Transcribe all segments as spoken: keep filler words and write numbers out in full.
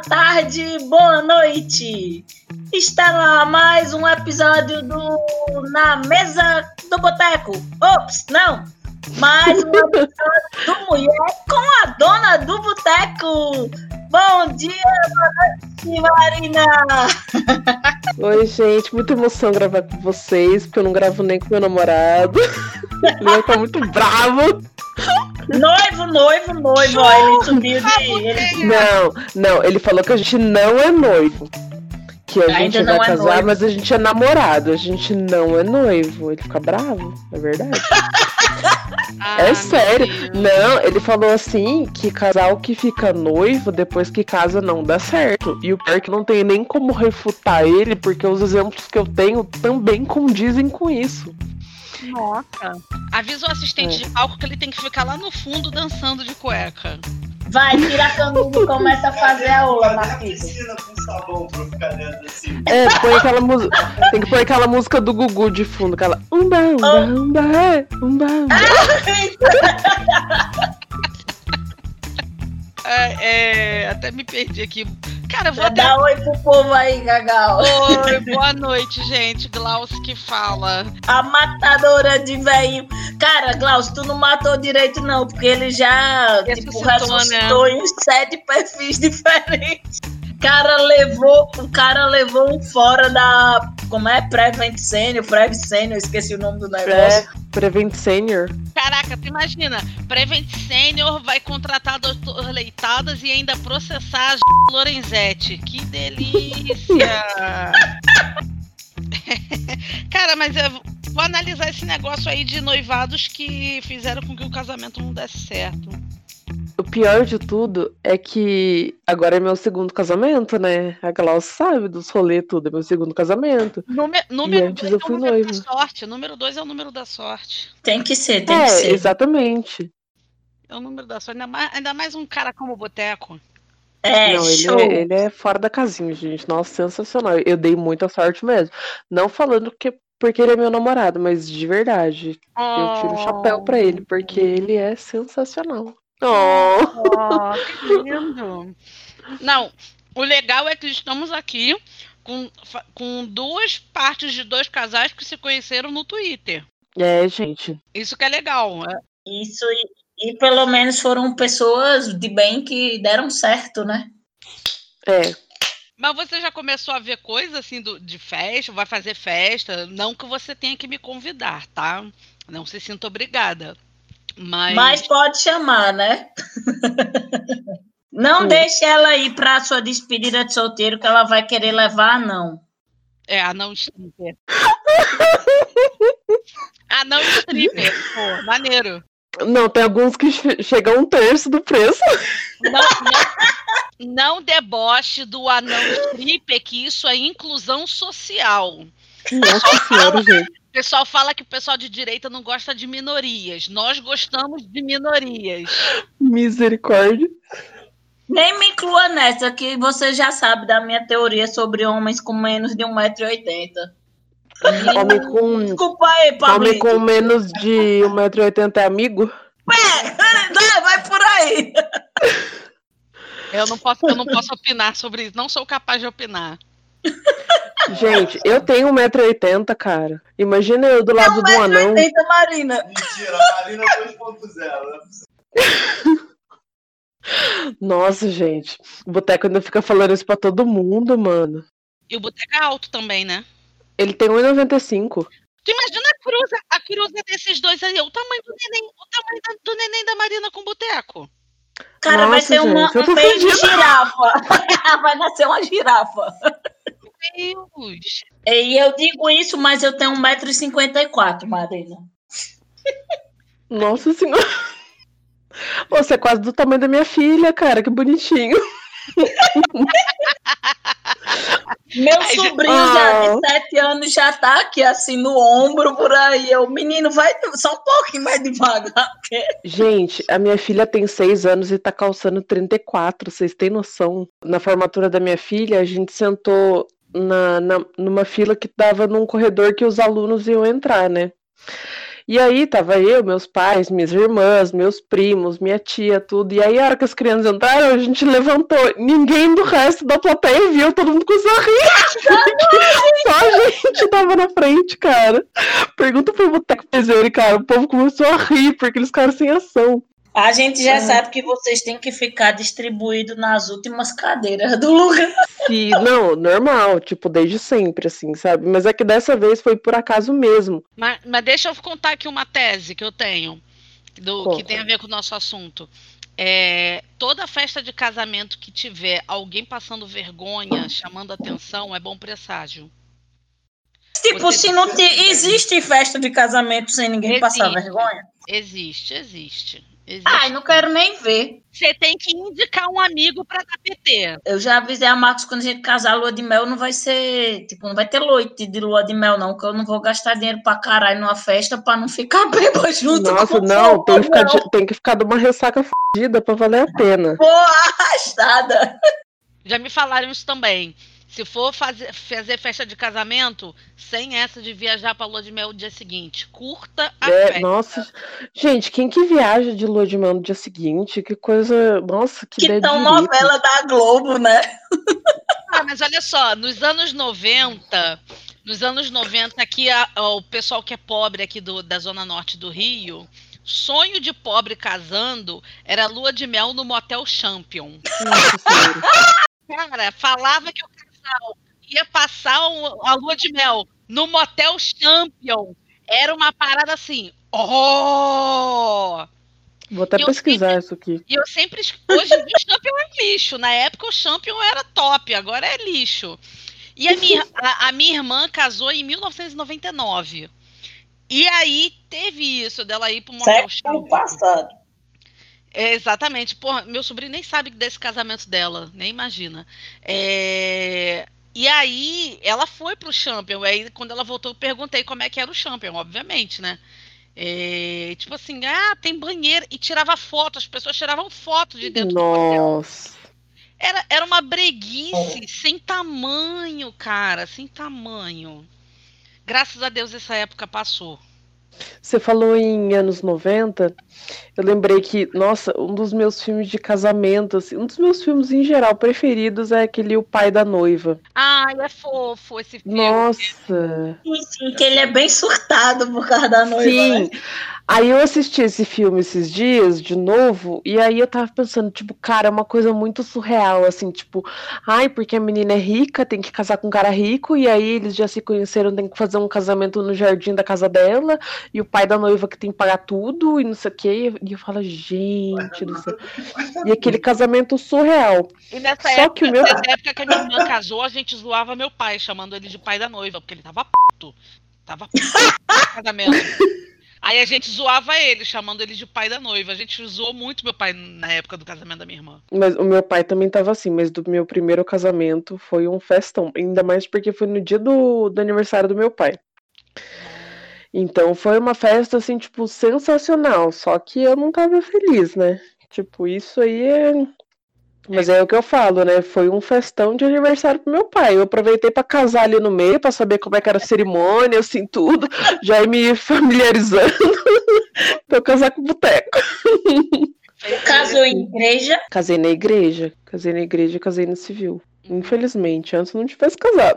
tarde, boa noite. Está lá mais um episódio do Na Mesa do Boteco. Ops, não. Mais um episódio do Mulher com a Dona do Boteco. Bom dia, boa noite, Marina. Oi, gente. Muita emoção gravar com vocês, porque eu não gravo nem com meu namorado. Ele vai ficar muito bravo. Noivo, noivo, noivo. Ó, ele subiu de... Ele... Não, não. Ele falou que a gente não é noivo. Que a Ainda gente vai não é casar, noivo. mas a gente é namorado. A gente não é noivo. Ele fica bravo, é verdade. Ah, É sério. meu Deus. Não, ele falou assim que casal que fica noivo depois que casa não dá certo. E o pior é que não tem nem como refutar ele, porque os exemplos que eu tenho também condizem com isso. Nossa. Avisa o assistente É. de palco que ele tem que ficar lá no fundo dançando de cueca. Vai, tira a camisa e começa a fazer a ola, Marquinhos. Piscina com sabão pra ficar dentro assim. É, põe aquela música. Tem que pôr aquela música do Gugu de fundo, aquela. Umba, umba, umba, é, umba, umba. É, é, até me perdi aqui. Cara, eu vou Vou até... dar oi pro povo aí, Gagal. Oi, boa noite, gente. Glaucio que fala. A matadora de velhinho. Cara, Glaucio, tu não matou direito, não, porque ele já tipo, Ressuscitou, ressuscitou em uns sete perfis diferentes. O cara levou, o cara levou um fora da. Como é? Prevent Senior, Prev Senior, esqueci o nome do negócio. É, Prevent Senior. Caraca, tu imagina, Prevent Senior vai contratar doutor Leitadas e ainda processar a Lorenzetti. Que delícia! Cara, mas eu vou analisar esse negócio aí de noivados que fizeram com que o casamento não desse certo. O pior de tudo é que agora é meu segundo casamento, né? A Glaucia sabe dos rolês tudo, é meu segundo casamento. Número, número antes dois eu é o fui número noiva. da sorte. Número dois é o número da sorte. Tem que ser, tem É, que ser. exatamente. É o número da sorte. Ainda mais, ainda mais um cara como o Boteco. É, Não, ele show. é, ele é fora da casinha, gente. Nossa, sensacional. Eu dei muita sorte mesmo. Não falando que porque ele é meu namorado, mas de verdade. Eu tiro o chapéu pra ele, porque ele é sensacional. Oh. Oh, que lindo. Não, o legal é que estamos aqui com, fa- com duas partes de dois casais que se conheceram no Twitter. É, gente. Isso que é legal. é. Isso, e, e pelo menos foram pessoas de bem que deram certo, né? É. Mas você já começou a ver coisa assim do, de festa, vai fazer festa? Não que você tenha que me convidar, tá? Não se sinta obrigada. Mas, Mas pode chamar, né? Não Hum. deixe ela ir para sua despedida de solteiro, que ela vai querer levar, não. é, a não stripper. A não stripper, pô, maneiro. Não, tem alguns que che- chegam a um terço do preço. Não, não, não deboche do anão stripper, que isso é inclusão social. Nossa senhora, gente. O pessoal fala que o pessoal de direita não gosta de minorias. Nós gostamos de minorias. Misericórdia. Nem me inclua nessa, que você já sabe da minha teoria sobre homens com menos de um metro e oitenta. Homem com, Desculpa aí, homem Pablito. com menos de um metro e oitenta é amigo? É, vai por aí. Eu não posso, eu não posso opinar sobre isso. Não sou capaz de opinar. Gente, eu tenho um metro e oitenta, cara. Imagina eu do lado do anão. oitenta, Marina. Mentira, a Marina dois ponto zero. Nossa, gente. O Boteco ainda fica falando isso pra todo mundo, mano. E o boteco é alto também, né? Ele tem um e noventa e cinco. Tu imagina a cruza, a cruza desses dois aí, o tamanho do neném, o tamanho da- do neném da Marina com o boteco. Cara, vai Nossa, ser uma, gente, eu tô um meio de fodida. girafa. Vai nascer uma girafa. Deus. E eu digo isso, mas eu tenho um metro e cinquenta e quatro, Marina. Nossa senhora. Você é quase do tamanho da minha filha, cara. Que bonitinho. Meu Ai, sobrinho gente- já Ah. de sete anos já tá aqui assim no ombro por aí. Eu, menino, vai só um pouquinho mais devagar. Porque... Gente, a minha filha tem seis anos e tá calçando trinta e quatro. Vocês têm noção? Na formatura da minha filha, a gente sentou na, na- numa fila que dava num corredor que os alunos iam entrar, né? E aí tava eu, meus pais, minhas irmãs, meus primos, minha tia, tudo. E aí a hora que as crianças entraram, a gente levantou. Ninguém do resto da plateia viu, todo mundo começou a rir. Só a gente tava na frente, cara. Pergunta pro Boteco Peseiro, cara. O povo começou a rir, porque eles ficaram sem ação. A gente já É. sabe que vocês têm que ficar distribuídos nas últimas cadeiras do lugar. Sim, não, normal, tipo, desde sempre, assim, sabe? Mas é que dessa vez foi por acaso mesmo. Mas, mas deixa eu contar aqui uma tese que eu tenho, do, Conta. que tem a ver com o nosso assunto. É, toda festa de casamento que tiver alguém passando vergonha, chamando atenção, é bom presságio. Tipo, Você se não te... existe festa de casamento sem ninguém Existe. passar vergonha? Existe, existe. existe. Ai, não quero nem ver. Você tem que indicar um amigo para dar P T. Eu já avisei a Marcos, quando a gente casar, a lua de mel não vai ser, tipo, não vai ter noite de lua de mel, não, que eu não vou gastar dinheiro pra caralho numa festa pra não ficar bêbado junto Nossa, com não, o tem que, ficar não. de, tem que ficar de uma ressaca fodida pra valer a pena. Boa arrastada. Já me falaram isso também. Se for fazer, fazer festa de casamento, sem essa de viajar pra lua de mel no dia seguinte. Curta a É, festa. nossa, gente, quem que viaja de lua de mel no dia seguinte? Que coisa, nossa, que Que ideia tão de rico. novela da Globo, né? Ah, mas olha só, nos anos noventa, nos anos noventa aqui, a- a- o pessoal que é pobre aqui do- da zona norte do Rio, sonho de pobre casando era lua de mel no Motel Champion. Nossa senhora. Cara, falava que o casal ia passar o- a lua de mel no Motel Champion. Era uma parada assim, oh! Vou até Eu pesquisar isso aqui. E eu sempre. es- Hoje em dia o Champion é lixo. Na época o Champion era top, agora é lixo. E a minha, a, a minha irmã casou em mil novecentos e noventa e nove. E aí teve isso dela ir pro Motel Século Champion. passado. É, exatamente. Porra, meu sobrinho nem sabe desse casamento dela, nem imagina. É, E aí ela foi pro Champion. Aí quando ela voltou, eu perguntei como é que era o Champion, obviamente, né? É, Tipo assim, ah, tem banheiro. E tirava foto, as pessoas tiravam foto de dentro do motel. Nossa. Era, era uma breguice sem tamanho, cara, sem tamanho. Graças a Deus essa época passou. Você falou em anos noventa, eu lembrei que, nossa, um dos meus filmes de casamento, assim, um dos meus filmes em geral preferidos é aquele O Pai da Noiva. Ai, é fofo esse filme. Nossa. Sim, sim, que ele é bem surtado por causa da noiva, Sim. né? Aí eu assisti esse filme esses dias, de novo, e aí eu tava pensando, tipo, cara, é uma coisa muito surreal, assim, tipo, ai, porque a menina é rica, tem que casar com um cara rico, e aí eles já se conheceram, tem que fazer um casamento no jardim da casa dela, e o pai da noiva que tem que pagar tudo, e não sei o quê, e eu falo, gente do céu. E aquele casamento surreal. E nessa, Só época, que o meu- nessa época que a minha irmã casou, a gente zoava meu pai, chamando ele de pai da noiva, porque ele tava puto. Tava puto no casamento. Aí a gente zoava ele, chamando ele de pai da noiva. A gente zoou muito meu pai na época do casamento da minha irmã. Mas o meu pai também tava assim, mas do meu primeiro casamento foi um festão, ainda mais porque foi no dia do, do aniversário do meu pai. Então foi uma festa, assim, tipo, sensacional, só que eu não tava feliz, né? Tipo, isso aí é... Mas é o que eu falo, né? Foi um festão de aniversário pro meu pai. Eu aproveitei pra casar ali no meio, pra saber como é que era a cerimônia, assim, tudo. Já ir me familiarizando pra eu casar com o boteco. Casou em igreja. Casei na igreja. Casei na igreja e casei no civil. Infelizmente, antes não tivesse casado.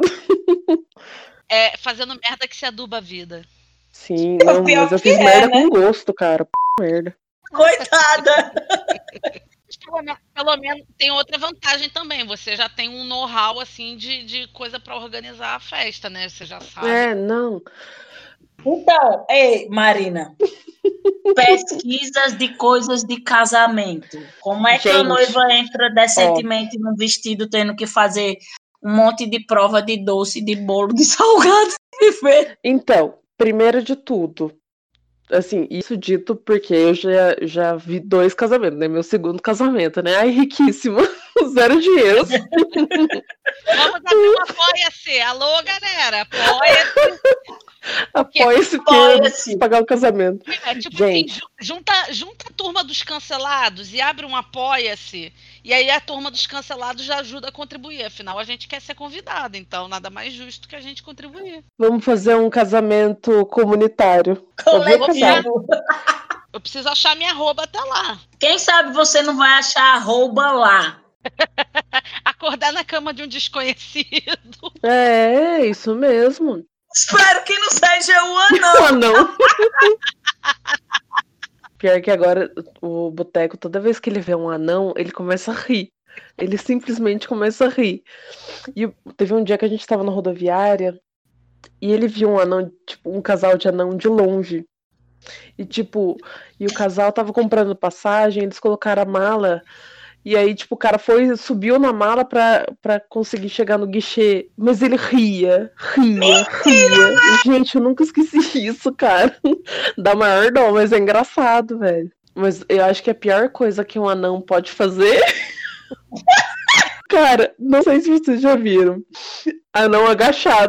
É, fazendo merda que se aduba a vida. Sim, O não, pior mas eu que fiz é, merda né? com gosto, cara. P merda. Coitada. Pelo menos, pelo menos tem outra vantagem também. Você já tem um know-how assim de, de coisa pra organizar a festa, né? Você já sabe. É, não. Então, ei, Marina, pesquisas de coisas de casamento. Como é que a Gente, noiva entra decentemente num vestido tendo que fazer um monte de prova de doce, de bolo, de salgado, de ver? Então, primeiro de tudo, assim, isso dito porque eu já, já vi dois casamentos, né? Meu segundo casamento, né? Ai, riquíssimo. Zero dinheiro. Vamos abrir um apoia-se. Alô, galera. Apoia-se. Apoia-se que eu Apoia-se. não preciso pagar o casamento. É, tipo Gente. assim, ju- junta, junta a turma dos cancelados e abre um apoia-se. E aí a turma dos cancelados já ajuda a contribuir. Afinal, a gente quer ser convidado, então nada mais justo que a gente contribuir. Vamos fazer um casamento comunitário. Ouviu, casal? Coletivo. Eu preciso achar minha arroba até lá. Quem sabe você não vai achar arroba lá. Acordar na cama de um desconhecido. É, isso mesmo. Espero que não seja o anão. Ah, não. Pior que agora o Boteco, toda vez que ele vê um anão, ele começa a rir. Ele simplesmente começa a rir. E teve um dia que a gente tava na rodoviária e ele viu um anão, tipo, um casal de anão de longe. E tipo, e o casal tava comprando passagem, eles colocaram a mala. E aí, tipo, o cara foi, subiu na mala pra, pra conseguir chegar no guichê. Mas ele ria, ria, ria. Gente, eu nunca esqueci isso, cara. Dá maior dó, mas é engraçado, velho. Mas eu acho que a pior coisa que um anão pode fazer... Cara, não sei se vocês já viram. Anão agachado.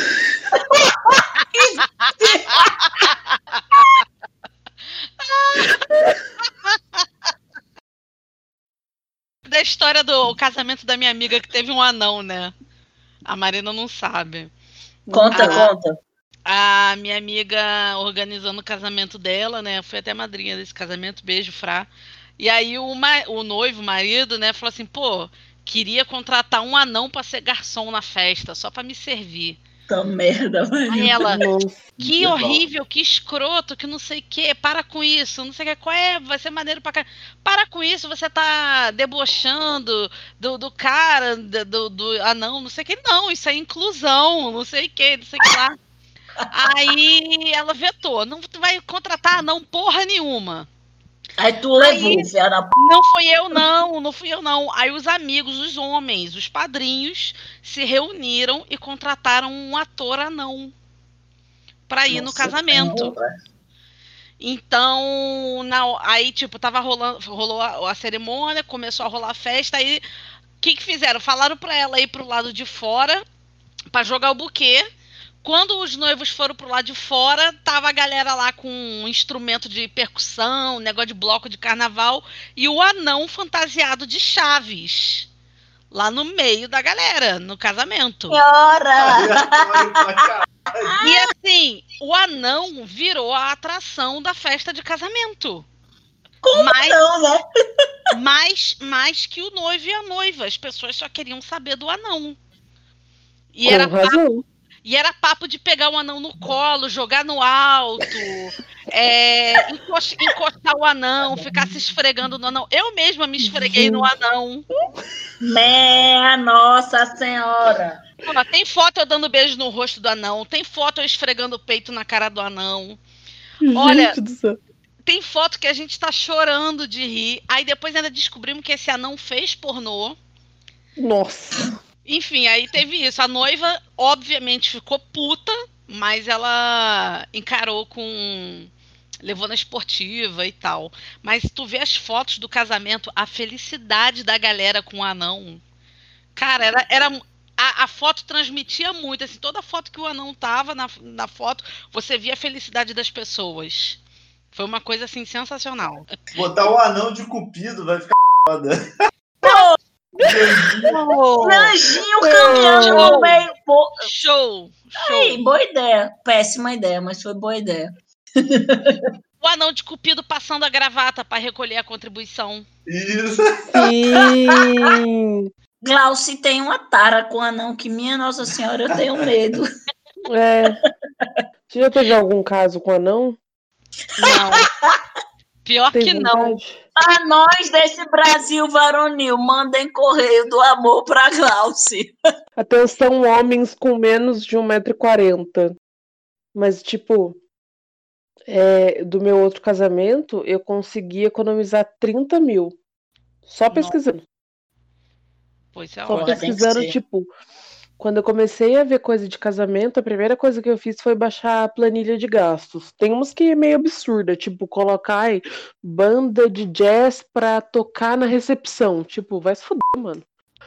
Da história do casamento da minha amiga que teve um anão, né? A Marina não sabe. Conta, Ah. conta. A minha amiga organizando o casamento dela, né? Fui até madrinha desse casamento, beijo, Frá. E aí o, ma- o noivo, o marido, né, falou assim, pô, queria contratar um anão pra ser garçom na festa, só pra me servir. Puta merda, velho. Aí ela, Nossa. que Legal. horrível, que escroto, que não sei o que, para com isso, não sei o que, qual é, vai ser maneiro pra cá. Para com isso, você tá debochando do, do cara, do, do, do anão, não sei o que, não, isso é inclusão, não sei o que, não sei o que lá. Aí ela vetou, não tu vai contratar anão porra nenhuma. Aí tu levou, Aí- filha da p. Não fui eu não, não fui eu não. Aí os amigos, os homens, os padrinhos, se reuniram e contrataram um ator anão pra ir no Nossa casamento. Senhora. Então, na, aí, tipo, tava rolando, rolou a, a cerimônia, começou a rolar a festa, aí o que que fizeram? Falaram pra ela ir pro lado de fora pra jogar o buquê. Quando os noivos foram pro lado de fora, tava a galera lá com um instrumento de percussão, negócio de bloco de carnaval, e o anão fantasiado de Chaves. Lá no meio da galera, no casamento. Senhora! Aleatório pra caralho. E assim, o anão virou a atração da festa de casamento. mais, Não, né? mais, mais que o noivo e a noiva. As pessoas só queriam saber do anão. E Com era, razão. e era papo de pegar o anão no colo, jogar no alto, é, encos- encostar o anão, ficar se esfregando no anão. Eu mesma me esfreguei no anão. Minha Nossa Senhora! Ó, tem foto eu dando beijo no rosto do anão, tem foto eu esfregando o peito na cara do anão. Olha, Gente do céu. Tem foto que a gente tá chorando de rir. Aí depois ainda descobrimos que esse anão fez pornô. Nossa. Enfim, aí teve isso. A noiva, obviamente, ficou puta, mas ela encarou com... levou na esportiva e tal. Mas tu vê as fotos do casamento, a felicidade da galera com o anão. Cara, era... era a, a foto transmitia muito. Assim, toda foto que o anão tava na, na foto, você via a felicidade das pessoas. Foi uma coisa, assim, sensacional. Botar o anão de cupido vai ficar foda. Oh, Anjinho caminhando no meio. Pô, show! Show! aí, boa ideia. Péssima ideia, mas foi boa ideia. O anão de Cupido passando a gravata para recolher a contribuição. Isso. Sim. Glauci tem uma tara com anão que, minha Nossa Senhora, eu tenho medo. É. Você já teve algum caso com anão? Não. Pior Tem que não. vontade? A nós desse Brasil varonil, mandem correio do amor pra Glauci. Atenção, homens com menos de um metro e quarenta. Mas, tipo, é, do meu outro casamento, eu consegui economizar trinta mil. Só pesquisando. Pois é, Só Porra, ótimo. tem que pesquisando, ser. tipo, quando eu comecei a ver coisa de casamento, a primeira coisa que eu fiz foi baixar a planilha de gastos. Tem umas que é meio absurda, tipo, colocar ai, banda de jazz pra tocar na recepção. Tipo, vai se fuder, mano.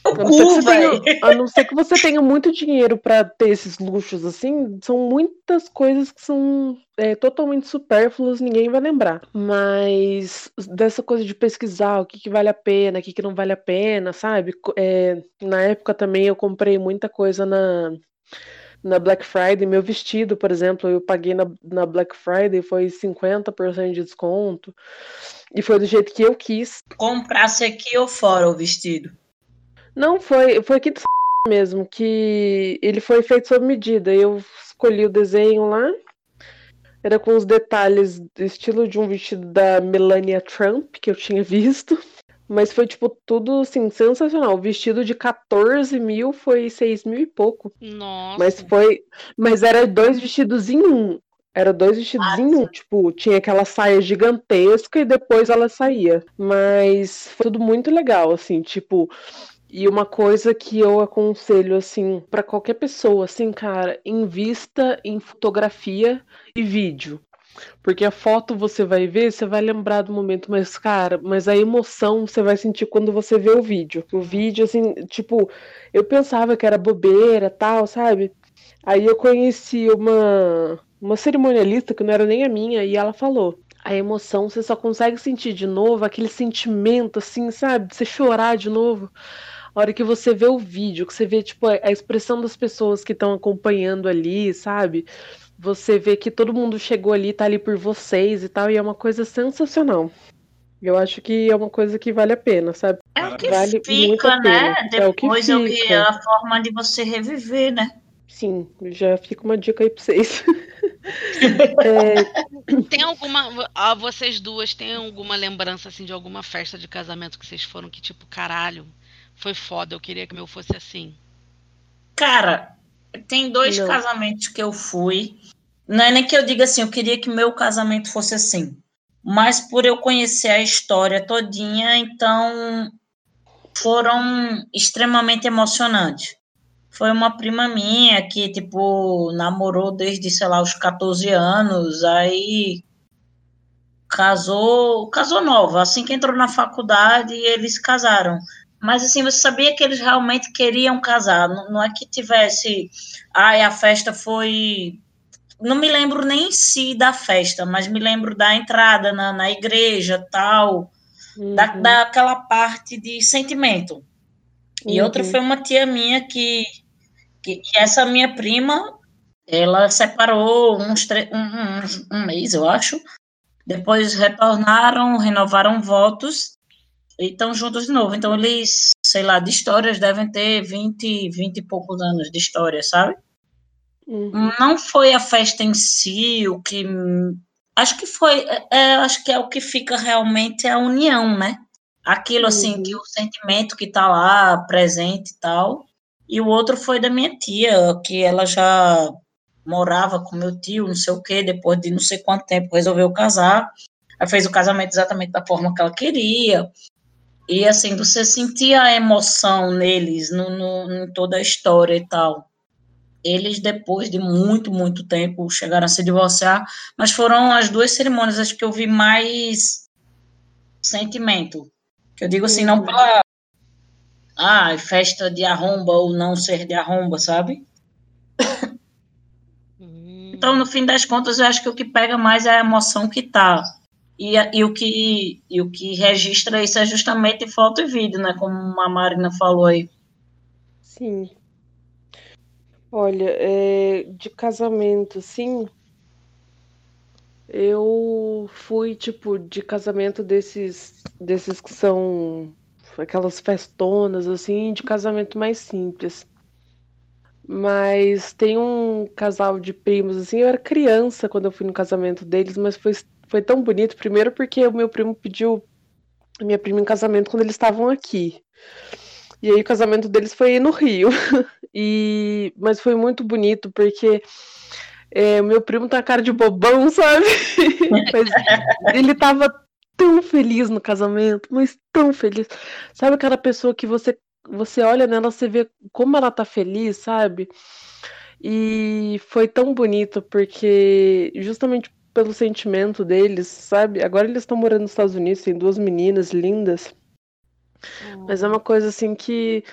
A não ser que Cu, você velho. tenha, a não ser que você tenha muito dinheiro pra ter esses luxos assim, são muitas coisas que são é, totalmente supérfluas, ninguém vai lembrar. Mas dessa coisa de pesquisar o que, que vale a pena, o que, que não vale a pena, sabe? Co- é, na época também eu comprei muita coisa na, na Black Friday. Meu vestido, por exemplo, eu paguei na, na Black Friday, foi cinquenta por cento de desconto. E foi do jeito que eu quis. Comprasse aqui ou fora o vestido? Não, foi, foi aqui do mesmo, que ele foi feito sob medida. Eu escolhi o desenho lá, era com os detalhes do estilo de um vestido da Melania Trump, que eu tinha visto. Mas foi, tipo, tudo, assim, sensacional. O vestido de quatorze mil foi seis mil e pouco. Mas Nossa. foi. Mas era dois vestidos em um. Era dois vestidos em um. Tipo, tinha aquela saia gigantesca e depois ela saía. Mas foi tudo muito legal, assim, tipo. E uma coisa que eu aconselho, assim, pra qualquer pessoa, assim, cara, invista em fotografia e vídeo. Porque a foto você vai ver, você vai lembrar do momento, mas, cara, mas a emoção você vai sentir quando você vê o vídeo. O vídeo, assim, tipo, eu pensava que era bobeira, tal, sabe? Aí eu conheci uma, uma cerimonialista que não era nem a minha, e ela falou: a emoção você só consegue sentir de novo, aquele sentimento, assim, sabe? De você chorar de novo. A hora que você vê o vídeo, que você vê, tipo, a expressão das pessoas que estão acompanhando ali, sabe? Você vê que todo mundo chegou ali, tá ali por vocês e tal, e é uma coisa sensacional. Eu acho que é uma coisa que vale a pena, sabe? É o que Vale muito a fica, pena. né? É o que Depois é o que é fica. a forma de você reviver, né? Sim, já fica uma dica aí pra vocês. É, Tem alguma. Ah, vocês duas têm alguma lembrança assim de alguma festa de casamento que vocês foram que, tipo, caralho, foi foda, eu queria que o meu fosse assim. Cara, tem dois não. casamentos que eu fui. Não é nem que eu diga assim, eu queria que meu casamento fosse assim. Mas por eu conhecer a história todinha, então foram extremamente emocionantes. Foi uma prima minha que, tipo, namorou desde, sei lá, os quatorze anos, aí casou, casou nova, assim que entrou na faculdade, eles casaram. Mas assim, você sabia que eles realmente queriam casar, não, não é que tivesse, ai, a festa foi, não me lembro nem em si da festa, mas me lembro da entrada na, na igreja, tal, da, Uhum, daquela parte de sentimento. E outra uhum, foi uma tia minha que, que, que essa minha prima, ela separou uns um, um, um mês, eu acho. Depois retornaram, renovaram votos e estão juntos de novo. Então, eles, sei lá, de histórias devem ter vinte, vinte e poucos anos de história, sabe? uhum, Não foi a festa em si o que. Acho que foi. É, acho que é o que fica realmente a união, né? Aquilo, assim, que uhum, o sentimento que tá lá presente e tal. E o outro foi da minha tia, que ela já morava com meu tio, não sei o quê, depois de não sei quanto tempo resolveu casar. Aí fez o casamento exatamente da forma que ela queria. E assim, você sentia a emoção neles, no, no, em toda a história e tal. Eles, depois de muito, muito tempo, chegaram a se divorciar, mas foram as duas cerimônias, acho que eu vi mais sentimento. Que eu digo assim, não uhum. pela ah, festa de arromba ou não ser de arromba, sabe? Então, Hum. no fim das contas, eu acho que o que pega mais é a emoção que tá. E, a- e, o, que, e o que registra isso é justamente foto e vídeo, né? Como a Marina falou aí. Sim. Olha, é, de casamento, sim, eu fui, tipo, de casamento desses, desses que são aquelas festonas, assim, de casamento mais simples. Mas tem um casal de primos, assim, eu era criança quando eu fui no casamento deles, mas foi, foi tão bonito. Primeiro porque o meu primo pediu a minha prima em casamento quando eles estavam aqui. E aí o casamento deles foi no Rio. E, mas foi muito bonito porque é, o meu primo tá com a cara de bobão, sabe? Mas ele tava tão feliz no casamento, mas tão feliz. Sabe aquela pessoa que você você olha nela, você vê como ela tá feliz, sabe? E foi tão bonito porque justamente pelo sentimento deles, sabe? Agora eles estão morando nos Estados Unidos, tem duas meninas lindas, mas é uma coisa assim que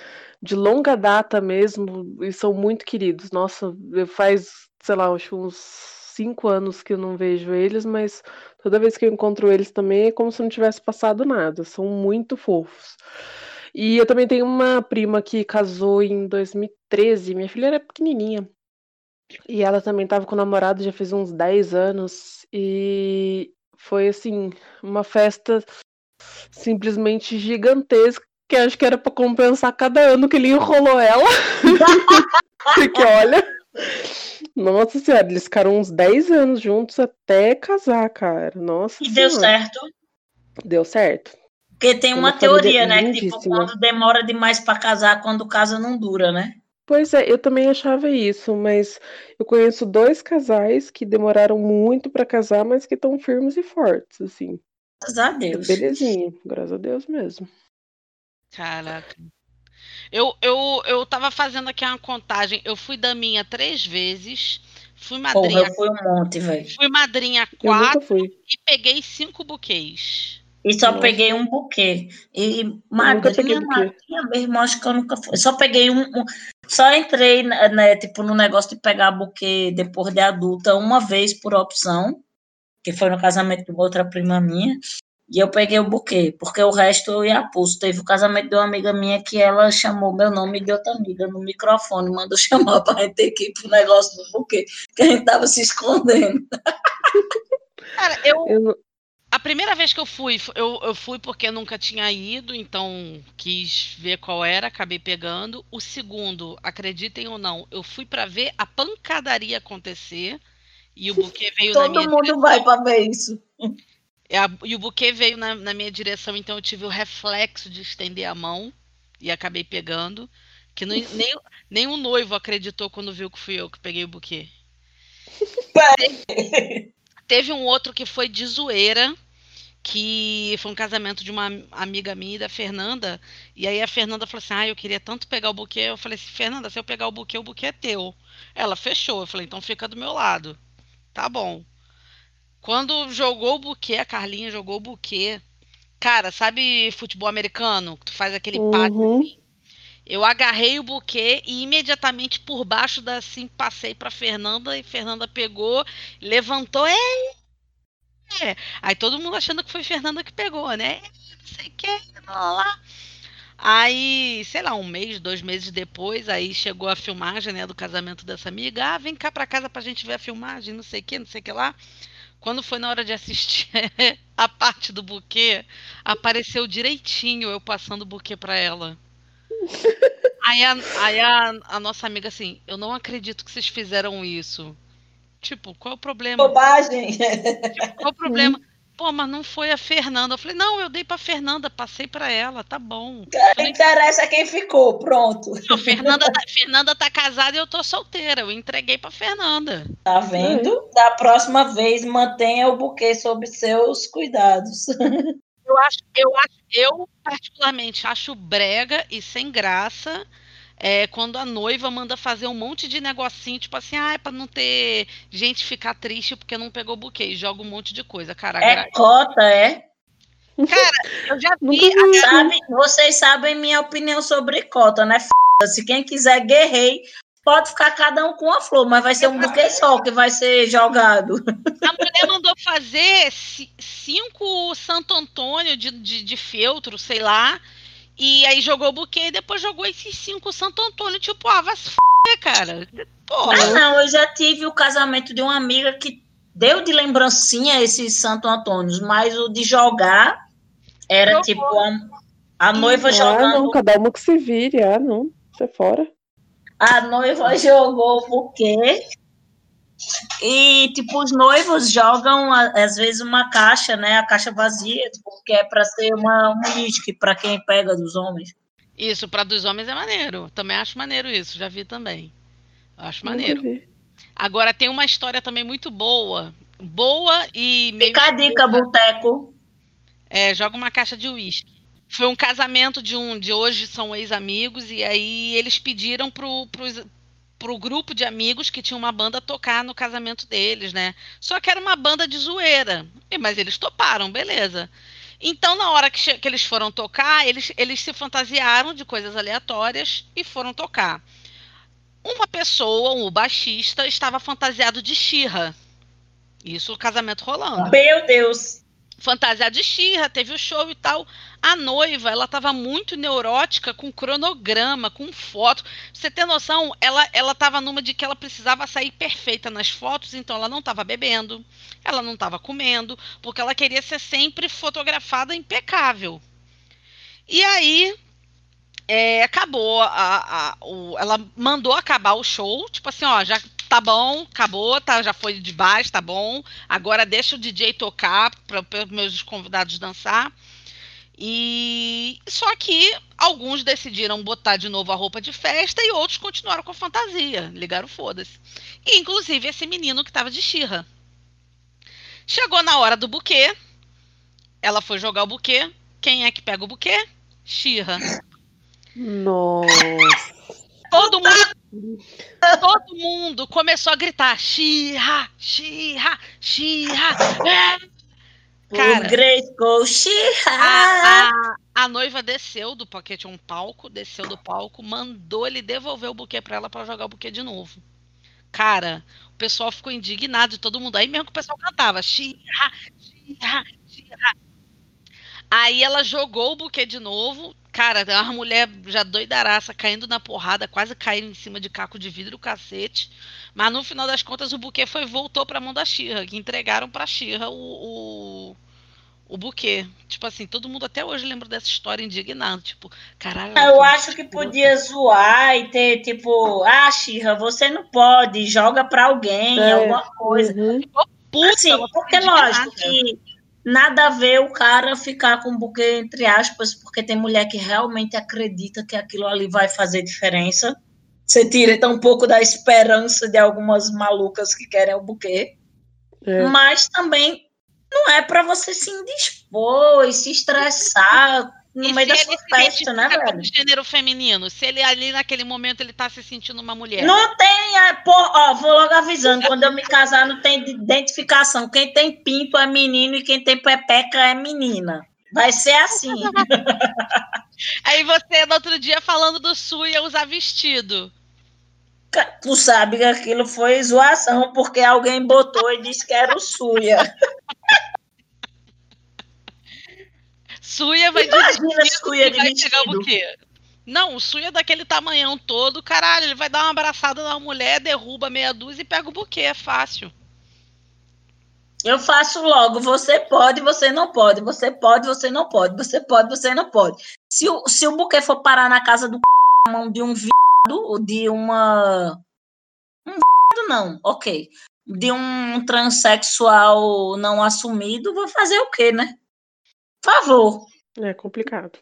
de longa data mesmo, e são muito queridos. Nossa, faz, sei lá, acho uns cinco anos que eu não vejo eles, mas toda vez que eu encontro eles também é como se não tivesse passado nada. São muito fofos. E eu também tenho uma prima que casou em dois mil e treze. Minha filha era pequenininha. E ela também tava com o namorado já faz uns dez anos. E foi, assim, uma festa simplesmente gigantesca, que acho que era pra compensar cada ano que ele enrolou ela. Porque, olha... Nossa senhora, eles ficaram uns dez anos juntos até casar, cara. Nossa E senhora. deu certo. Deu certo. Porque tem uma Uma família teoria, né? Que tipo, lindíssima. quando demora demais pra casar, quando casa não dura, né? Pois é, eu também achava isso, mas eu conheço dois casais que demoraram muito pra casar, mas que estão firmes e fortes, assim. Graças a Deus. Belezinha, graças a Deus mesmo. Caraca. Eu, eu, eu tava fazendo aqui uma contagem. Eu fui daminha três vezes. Fui Porra, madrinha. eu fui um monte, velho. Fui madrinha Eu nunca quatro fui. e peguei cinco buquês. E só Nossa. peguei um buquê. E nunca peguei madrinha, buquê. madrinha mesmo, acho que eu nunca fui. Só peguei um, um- só entrei, né, tipo, no negócio de pegar buquê depois de adulta uma vez por opção, que foi no casamento de uma outra prima minha, e eu peguei o buquê, porque o resto eu ia a pulso. Teve o casamento de uma amiga minha que ela chamou meu nome de outra amiga no microfone, mandou chamar pra gente ter que ir pro negócio do buquê, que a gente tava se escondendo. Cara, eu, Eu não- a primeira vez que eu fui, eu, eu fui porque eu nunca tinha ido, então quis ver qual era, acabei pegando. O segundo, acreditem ou não, eu fui pra ver a pancadaria acontecer e o buquê veio na Todo minha mundo vai pra ver isso. É a- E o buquê veio na, na minha direção, então eu tive o reflexo de estender a mão e acabei pegando. Que nem, nem, nem o noivo acreditou quando viu que fui eu que peguei o buquê. Teve, teve um outro que foi de zoeira, que foi um casamento de uma amiga minha e da Fernanda. E aí a Fernanda falou assim: ah, eu queria tanto pegar o buquê. Eu falei assim: Fernanda, se eu pegar o buquê, o buquê é teu. Ela fechou. Eu falei: então fica do meu lado. Tá bom. Quando jogou o buquê, a Carlinha jogou o buquê. Cara, sabe futebol americano? Que tu faz aquele passe Uhum. assim. Eu agarrei o buquê e imediatamente por baixo da assim passei pra Fernanda e Fernanda pegou, levantou, é, é. Aí todo mundo achando que foi Fernanda que pegou, né? Não sei o que, lá, lá, lá. Aí, sei lá, um mês, dois meses depois, aí chegou a filmagem, né, do casamento dessa amiga. Ah, vem cá pra casa pra gente ver a filmagem, não sei o que, não sei o que lá. Quando foi na hora de assistir a parte do buquê, apareceu direitinho eu passando o buquê pra ela. Aí, a, aí a, a nossa amiga assim, eu não acredito que vocês fizeram isso. Tipo, qual é o problema? Bobagem. Tipo, qual é o problema? Pô, mas não foi a Fernanda. Eu falei, não, eu dei pra Fernanda, passei pra ela, tá bom. Não Falei, interessa quem ficou, pronto. não, Fernanda, tá- Fernanda tá casada e eu tô solteira. Eu entreguei pra Fernanda. Tá vendo? Da próxima vez, mantenha o buquê sob seus cuidados. Eu acho, eu acho, eu particularmente acho brega e sem graça é, quando a noiva manda fazer um monte de negocinho, tipo assim, ah, é pra não ter gente ficar triste porque não pegou buquê, e joga um monte de coisa, cara. É gra- cota, é? Cara, eu já Nunca vi, vi isso. Sabe, vocês sabem minha opinião sobre cota, né? F***, se quem quiser guerrei, pode ficar cada um com uma flor, mas vai ser um buquê só que vai ser jogado. a mulher mandou fazer ci- cinco Santo Antônio de, de, de feltro, sei lá, e aí jogou o buquê e depois jogou esses cinco Santo Antônio, tipo, ah, vai se f***, cara. Porra. Ah, não, eu já tive o casamento de uma amiga que deu de lembrancinha esses Santo Antônios, mas o de jogar era Jogou. tipo a, a noiva Ah, jogando. não, cada uma que se vire. Ah, não. Você é fora. A noiva jogou o buquê e, tipo, os noivos jogam, a- às vezes, uma caixa, né? A caixa vazia, porque é para ser uma, um uísque para quem pega dos homens. Isso, pra dos homens é maneiro. Também acho maneiro isso, já vi também. Acho Nunca maneiro. vi. Agora tem uma história também muito boa. Boa e meio. Fica a dica, boteco. É, joga uma caixa de uísque. Foi um casamento de um de hoje são ex-amigos e aí eles pediram pro, pros, pro grupo de amigos que tinha uma banda tocar no casamento deles, né? Só que era uma banda de zoeira. E- Mas eles toparam, beleza. Então, na hora que, che- que eles foram tocar, eles, eles se fantasiaram de coisas aleatórias e foram tocar. Uma pessoa, o baixista, estava fantasiado de She-Ra. Isso, o casamento rolando. Meu Deus. Fantasiada de She-Ra, teve o show e tal. A noiva, ela estava muito neurótica com cronograma, com foto. Pra você ter noção, ela ela estava numa de que ela precisava sair perfeita nas fotos, então ela não estava bebendo, ela não estava comendo, porque ela queria ser sempre fotografada impecável. E aí, é, acabou, a, a- o- ela mandou acabar o show, tipo assim, ó, já tá bom, acabou, tá, já foi de baixo, tá bom, agora deixa o D J tocar para os meus convidados dançar. E só que alguns decidiram botar de novo a roupa de festa e outros continuaram com a fantasia, ligaram foda-se. E, inclusive esse menino que tava de She-Ra. Chegou na hora do buquê, ela foi jogar o buquê. Quem é que pega o buquê? She-Ra. Nossa. Todo mundo, todo mundo começou a gritar: She-Ra, She-Ra, She-Ra. É! O Cara, Grace Go a, She-Ra. a, a noiva desceu do porque tinha um palco, desceu do palco, mandou ele devolver o buquê pra ela pra jogar o buquê de novo. Cara, o pessoal ficou indignado, todo mundo. Aí mesmo que o pessoal cantava: She-Ra, She-Ra, She-Ra. Aí ela jogou o buquê de novo. Cara, a mulher já doidaraça, caindo na porrada, quase caindo em cima de caco de vidro, o cacete. Mas no final das contas, o buquê foi, voltou pra mão da She-Ra, que entregaram pra She-Ra o, o, o buquê. Tipo assim, todo mundo até hoje lembra dessa história indignado. Tipo, caralho, ela Eu foi acho que escrota. podia zoar e ter, tipo, ah, She-Ra, você não pode, joga pra alguém, É, alguma coisa. uhum. Ficou puta, Assim, ela ficou porque lógico indignada. que nada a ver o cara ficar com um buquê, entre aspas, porque tem mulher que realmente acredita que aquilo ali vai fazer diferença. Você tira então um pouco da esperança de algumas malucas que querem o buquê. É. Mas também não é para você se indispor e se estressar no E meio se da ele sua se festa, né, identifica como velho? gênero feminino? Se ele ali naquele momento ele tá se sentindo uma mulher? Não tem, é, pô, ó, vou logo avisando, quando eu me casar não tem identificação. Quem tem pinto é menino e quem tem pepeca é menina. Vai ser assim. Aí você, no outro dia, falando do Su, ia usar vestido. Tu sabe que aquilo foi zoação, porque alguém botou e disse que era o Suia. Suia vai de Imagina vestido Suia e de vai pegar o vestido. buquê. Não, o Suia é daquele tamanhão todo, caralho, ele vai dar uma abraçada na mulher, derruba meia dúzia e pega o buquê, é fácil. Eu faço logo, você pode, você não pode, você pode, você não pode, você pode, você não pode. Se o, se o buquê for parar na casa do c... na mão de um viado, ou de uma... Um viado não, ok. De um transexual não assumido, vou fazer o quê, né? Por favor. É complicado.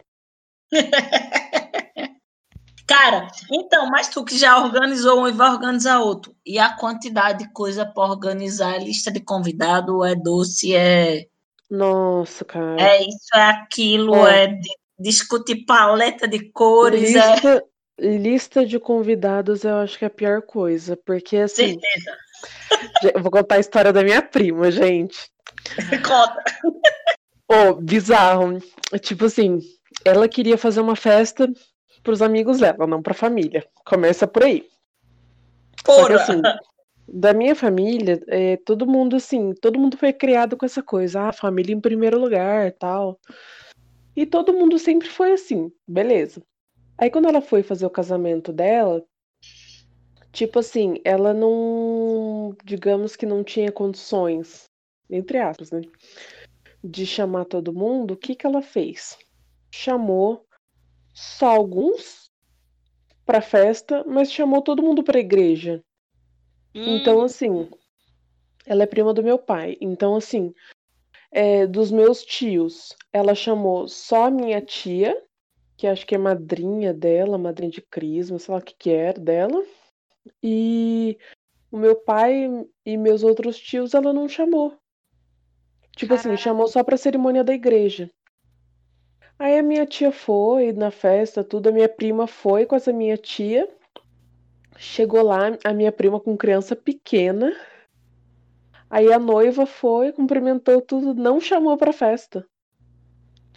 Cara, então, mas tu que já organizou um e vai organizar outro. E a quantidade de coisa para organizar, lista de convidado, é doce, é, Nossa, cara. é isso, é aquilo, Ó, é de- discutir paleta de cores, é lista, lista de convidados eu acho que é a pior coisa. Porque, assim, certeza. ge- eu vou contar a história da minha prima, gente. Conta. Ô, bizarro. Tipo assim, ela queria fazer uma festa pros amigos dela, não pra família. Começa por aí. Só que Porra. assim, da minha família, é, todo mundo assim, todo mundo foi criado com essa coisa, ah, família em primeiro lugar, tal. E todo mundo sempre foi assim, beleza. Aí quando ela foi fazer o casamento dela, tipo assim, ela não, digamos que não tinha condições, entre aspas, né, de chamar todo mundo. O que que ela fez? Chamou só alguns pra festa, mas chamou todo mundo pra igreja. Então, Hum, assim, ela é prima do meu pai. Então, assim, é, dos meus tios, ela chamou só a minha tia, que acho que é madrinha dela, madrinha de crisma, sei lá o que que é dela. E o meu pai e meus outros tios ela não chamou. Tipo assim, caralho. chamou só pra cerimônia da igreja. Aí a minha tia foi na festa, tudo, a minha prima foi com essa minha tia. Chegou lá, a minha prima com criança pequena. Aí a noiva foi, cumprimentou tudo, não chamou pra festa.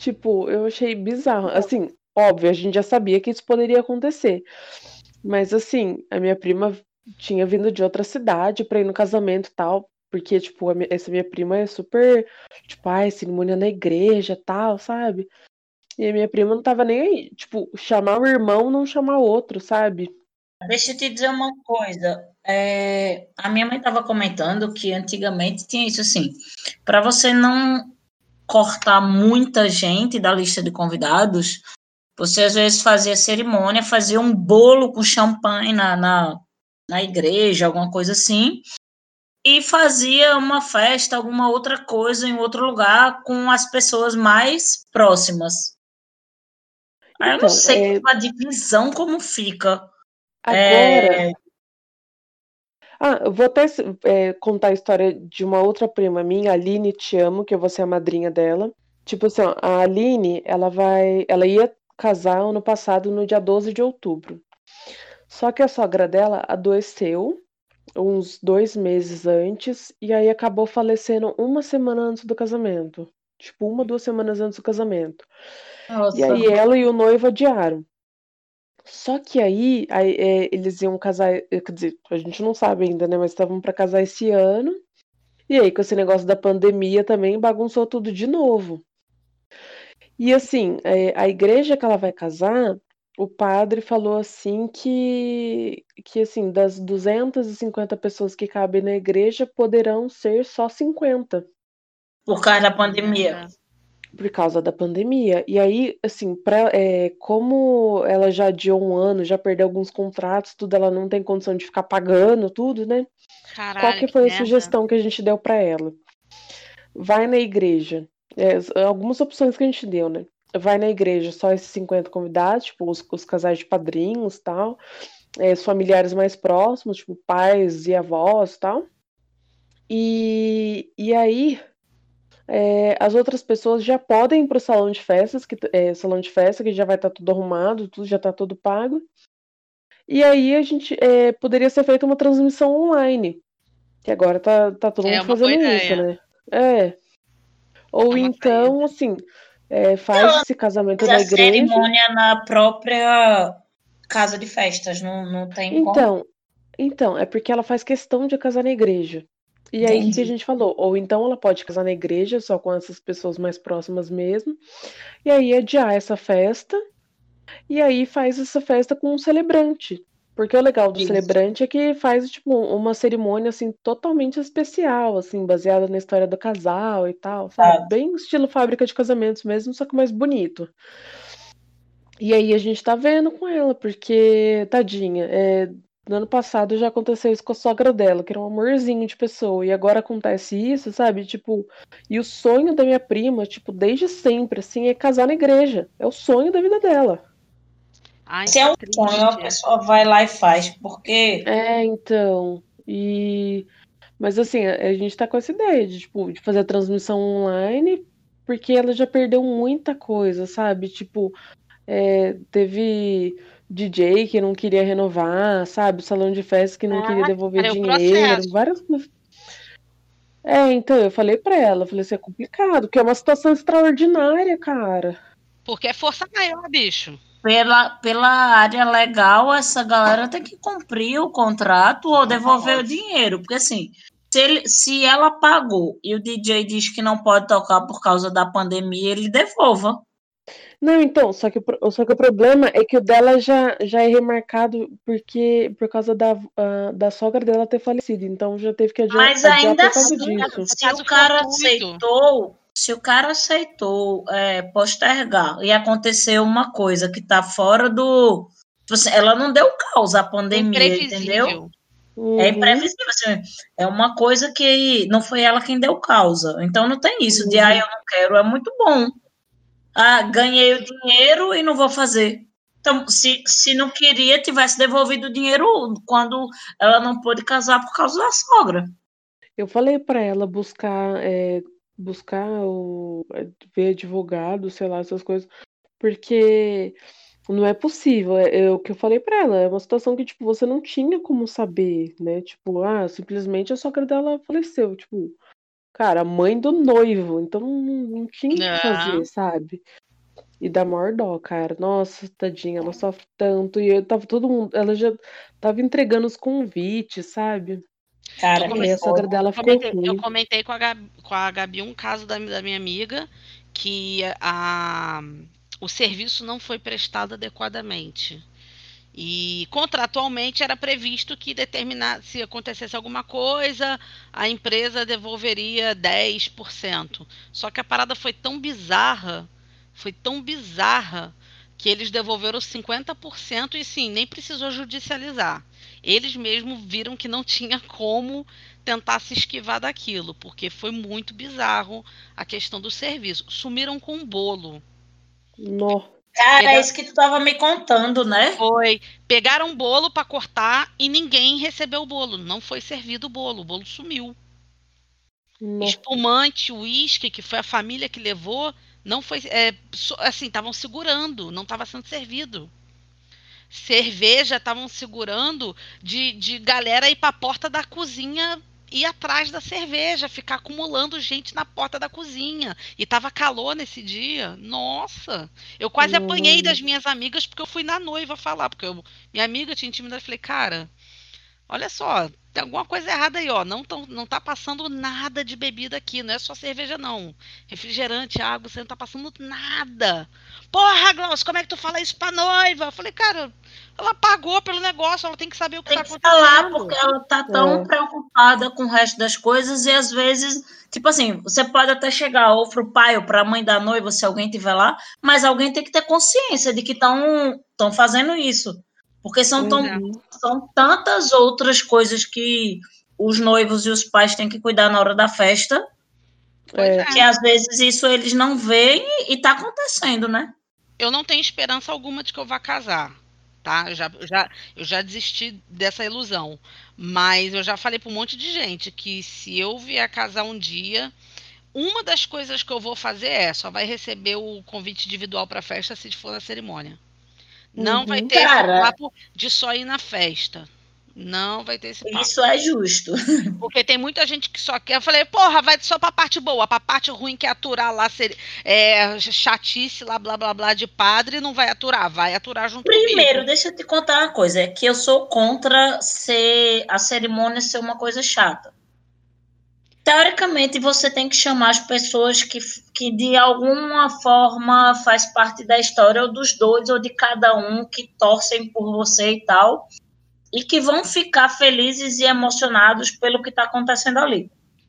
Tipo, eu achei bizarro. Assim, óbvio, a gente já sabia que isso poderia acontecer. Mas assim, a minha prima tinha vindo de outra cidade pra ir no casamento e tal. Porque, tipo, a mi- essa minha prima é super, tipo, ai, cerimônia na igreja e tal, sabe? E a minha prima não tava nem aí. Tipo, chamar o irmão, não chamar o outro, sabe? Deixa eu te dizer uma coisa. É, a minha mãe estava comentando que antigamente tinha isso assim, para você não cortar muita gente da lista de convidados, você às vezes fazia cerimônia, fazia um bolo com champanhe na, na, na igreja, alguma coisa assim, e fazia uma festa, alguma outra coisa em outro lugar com as pessoas mais próximas. Aí eu não Então, sei é, a divisão como fica. agora. Ah, eu vou até é, contar a história de uma outra prima minha, a Aline, te amo, que eu vou ser a madrinha dela. Tipo assim, ó, a Aline, ela vai. Ela ia casar ano passado, no dia doze de outubro. Só que a sogra dela adoeceu uns dois meses antes, e aí acabou falecendo uma semana antes do casamento. Tipo, uma, duas semanas antes do casamento. E Nossa. aí ela e o noivo adiaram. Só que aí, aí, é, eles iam casar, eh, quer dizer, a gente não sabe ainda, né? Mas estavam pra casar esse ano. E aí, com esse negócio da pandemia também, bagunçou tudo de novo. E assim, é, a igreja que ela vai casar, o padre falou assim que, que assim, das duzentas e cinquenta pessoas que cabem na igreja, poderão ser só cinquenta. Por causa da pandemia. É. Por causa da pandemia. E aí, assim, pra, é, como ela já adiou um ano, já perdeu alguns contratos, tudo, ela não tem condição de ficar pagando tudo, né? Qual Caralho, que que foi a merda. sugestão que a gente deu pra ela? Vai na igreja. É, algumas opções que a gente deu, né? Vai na igreja, só esses cinquenta convidados, tipo, os, os casais de padrinhos tal, é, os familiares mais próximos, tipo, pais e avós tal. E, e aí, é, as outras pessoas já podem ir pro salão de festas, que é, salão de festa, que já vai estar tudo arrumado, tudo já tá tudo pago. E aí a gente é, poderia ser feita uma transmissão online. Que agora tá, tá todo É mundo uma boa fazendo isso, ideia. né? É. Ou É uma saída. então, assim, é, faz Ela esse casamento faz na a igreja. cerimônia na própria casa de festas, não, não tem como. Então, então, é porque ela faz questão de casar na igreja. E aí, o que, que a Entendi. gente falou? Ou então ela pode casar na igreja, só com essas pessoas mais próximas mesmo. E aí adiar essa festa. E aí faz essa festa com um celebrante. Porque o legal do Isso. celebrante é que faz, tipo, uma cerimônia, assim, totalmente especial, assim, baseada na história do casal e tal, sabe? Tá. Bem estilo fábrica de casamentos mesmo, só que mais bonito. E aí a gente tá vendo com ela, porque, tadinha, é, no ano passado já aconteceu isso com a sogra dela, que era um amorzinho de pessoa, e agora acontece isso, sabe? Tipo, e o sonho da minha prima, tipo, desde sempre, assim, é casar na igreja. É o sonho da vida dela. Ai, Se que é um sonho, a triste. pessoa vai lá e faz, porque É, então. E. Mas assim, a, a gente tá com essa ideia de, tipo, de fazer a transmissão online, porque ela já perdeu muita coisa, sabe? Tipo, é, teve D J que não queria renovar, sabe? Salão de festa que não queria Ah, devolver cara, é o dinheiro, processo. várias coisas. É, então, eu falei pra ela, eu falei assim, é complicado, porque é uma situação extraordinária, cara. Porque é força maior, bicho. pela, pela área legal, essa galera tem que cumprir o contrato ou devolver o dinheiro. Porque assim, se, ele, se ela pagou e o D J diz que não pode tocar por causa da pandemia, ele devolva. Não, então, só que, o pro- só que o problema é que o dela já, já é remarcado porque, por causa da, ah, da sogra dela ter falecido. Então já teve que adiar, Mas adiar ainda por causa assim, disso. É se o caso cara fortuito. aceitou, se o cara aceitou é, postergar e aconteceu uma coisa que está fora do. Tipo assim, ela não deu causa à É pandemia, entendeu? imprevisível. É Uhum, imprevisível, assim, é uma coisa que não foi ela quem deu causa. Então não tem isso de, ah, uhum. eu não quero, é muito bom. Ah, ganhei o dinheiro e não vou fazer. Então, se, se não queria, tivesse devolvido o dinheiro quando ela não pôde casar por causa da sogra. Eu falei pra ela buscar, é, buscar o, é, ver advogado, sei lá, essas coisas, porque não é possível. É, é o que eu falei pra ela, é uma situação que, tipo, você não tinha como saber, né? Tipo, ah, simplesmente a sogra dela faleceu, tipo, cara, a mãe do noivo, então não, não tinha o que É. fazer, sabe? E dá maior dó, cara. Nossa, tadinha, ela sofre tanto. E eu tava todo mundo. Ela já tava entregando os convites, sabe? Eu Cara, E que aí a sogra foda. dela Eu ficou comentei, eu ruim. comentei com a Gabi, com a Gabi um caso da, da minha amiga que a, o serviço não foi prestado adequadamente. E contratualmente era previsto que determinar, se acontecesse alguma coisa, a empresa devolveria dez por cento. Só que a parada foi tão bizarra, foi tão bizarra, que eles devolveram cinquenta por cento e sim, nem precisou judicializar. Eles mesmos viram que não tinha como tentar se esquivar daquilo, porque foi muito bizarro a questão do serviço. Sumiram com um bolo. Nó. Cara, é Pega- isso que tu tava me contando, né? Foi. Pegaram um bolo para cortar e ninguém recebeu o bolo. Não foi servido o bolo. O bolo sumiu. Nó. Espumante, uísque, que foi a família que levou, não foi. É, so- assim, estavam segurando, não estava sendo servido. Cerveja estavam segurando de, de galera ir para a porta da cozinha ir atrás da cerveja, ficar acumulando gente na porta da cozinha. E tava calor nesse dia. Nossa, eu quase apanhei Não. das minhas amigas porque eu fui na noiva falar, porque eu- minha amiga tinha intimidade, eu falei, cara, olha só, tem alguma coisa errada aí, ó. Não, tão, não tá passando nada de bebida aqui, não é só cerveja, não. Refrigerante, água, você não tá passando nada. Porra, Glaucio, como é que tu fala isso pra noiva? Eu falei, cara, ela pagou pelo negócio, ela tem que saber o que Tem tá que falar, acontecendo. porque ela tá tão É. preocupada com o resto das coisas, e às vezes, tipo assim, você pode até chegar ou pro pai ou pra mãe da noiva, se alguém tiver lá, mas alguém tem que ter consciência de que estão estão fazendo isso. Porque são, Pois tão, é. Uhum. são tantas outras coisas que os noivos e os pais têm que cuidar na hora da festa, Pois É. que é. às vezes isso eles não veem e, e tá acontecendo, né? Eu não tenho esperança alguma de que eu vá casar, tá? Eu já, eu já, eu já desisti dessa ilusão. Mas eu já falei para um monte de gente que se eu vier casar um dia, uma das coisas que eu vou fazer é só vai receber o convite individual para a festa se for na cerimônia. Não vai Uhum. ter esse Cara, papo de só ir na festa. Não vai ter esse papo. isso é justo. Porque tem muita gente que só quer. Eu falei, porra, vai só pra parte boa. Pra parte ruim que é aturar lá, ser, é, chatice, lá, blá, blá, blá, de padre, não vai aturar. Vai aturar junto comigo. Primeiro, deixa eu te contar uma coisa, é que eu sou contra ser a cerimônia ser uma coisa chata. Teoricamente, você tem que chamar as pessoas que, que de alguma forma faz parte da história, ou dos dois, ou de cada um, que torcem por você e tal, e que vão ficar felizes e emocionados pelo que está acontecendo ali.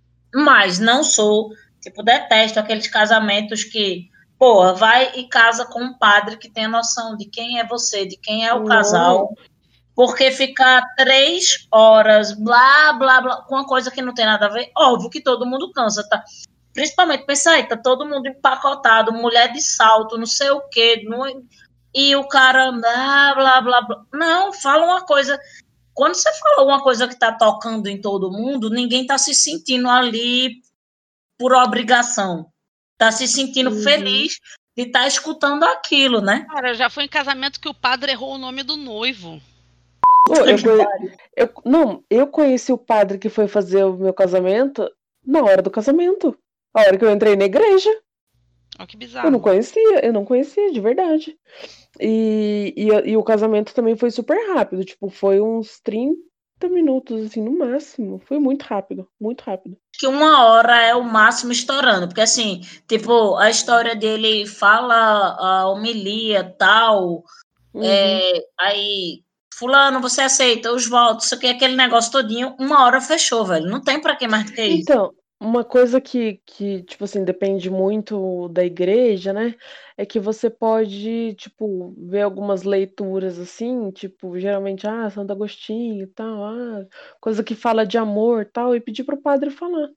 Mas não sou, tipo, detesto aqueles casamentos que, pô, vai e casa com um padre que tem a noção de quem é você, de quem é o Não. casal, porque ficar três horas, blá, blá, blá, com uma coisa que não tem nada a ver, óbvio que todo mundo cansa, tá? Principalmente, pensa aí, tá todo mundo empacotado, mulher de salto, não sei o quê, não... e o cara, blá, blá, blá, blá. Não, fala uma coisa. Quando você fala uma coisa que tá tocando em todo mundo, ninguém tá se sentindo ali por obrigação. Tá se sentindo Uhum. feliz de estar tá escutando aquilo, né? Cara, já foi em casamento que o padre errou o nome do noivo. Ô, eu conhe... eu... Não, eu conheci o padre que foi fazer o meu casamento na hora do casamento. A hora que eu entrei na igreja. Olha que Eu bizarro. não conhecia, eu não conhecia, de verdade. E, e, e o casamento também foi super rápido. Tipo, foi uns trinta minutos, assim, no máximo. Foi muito rápido, muito rápido. Que uma hora é o máximo estourando, porque assim, tipo, a história dele fala a homilia, tal, Uhum. é, aí, fulano, você aceita os votos, isso aqui, aquele negócio todinho, uma hora fechou, velho, não tem pra que mais do que isso. Então, uma coisa que, que, tipo assim, depende muito da igreja, né? É que você pode, tipo, ver algumas leituras assim, tipo, geralmente, ah, Santo Agostinho e tal, ah, coisa que fala de amor e tal, e pedir pro padre falar.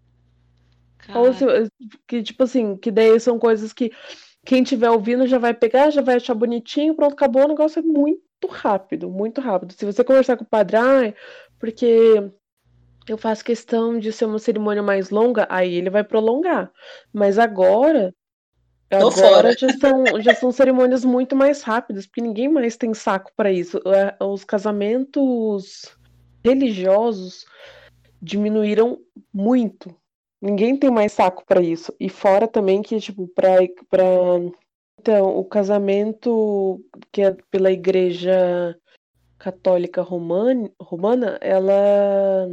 Ou se, Cara, que, tipo assim, que daí são coisas que quem estiver ouvindo já vai pegar, já vai achar bonitinho, pronto, acabou, o negócio é muito rápido, muito rápido. Se você conversar com o padre, ah, porque eu faço questão de ser uma cerimônia mais longa, aí ele vai prolongar. Mas agora, Tô fora. agora já são, já são cerimônias muito mais rápidas, porque ninguém mais tem saco para isso. É, os casamentos religiosos diminuíram muito. Ninguém tem mais saco para isso. E fora também que, tipo, para para Então, o casamento que é pela Igreja Católica Romana, romana ela,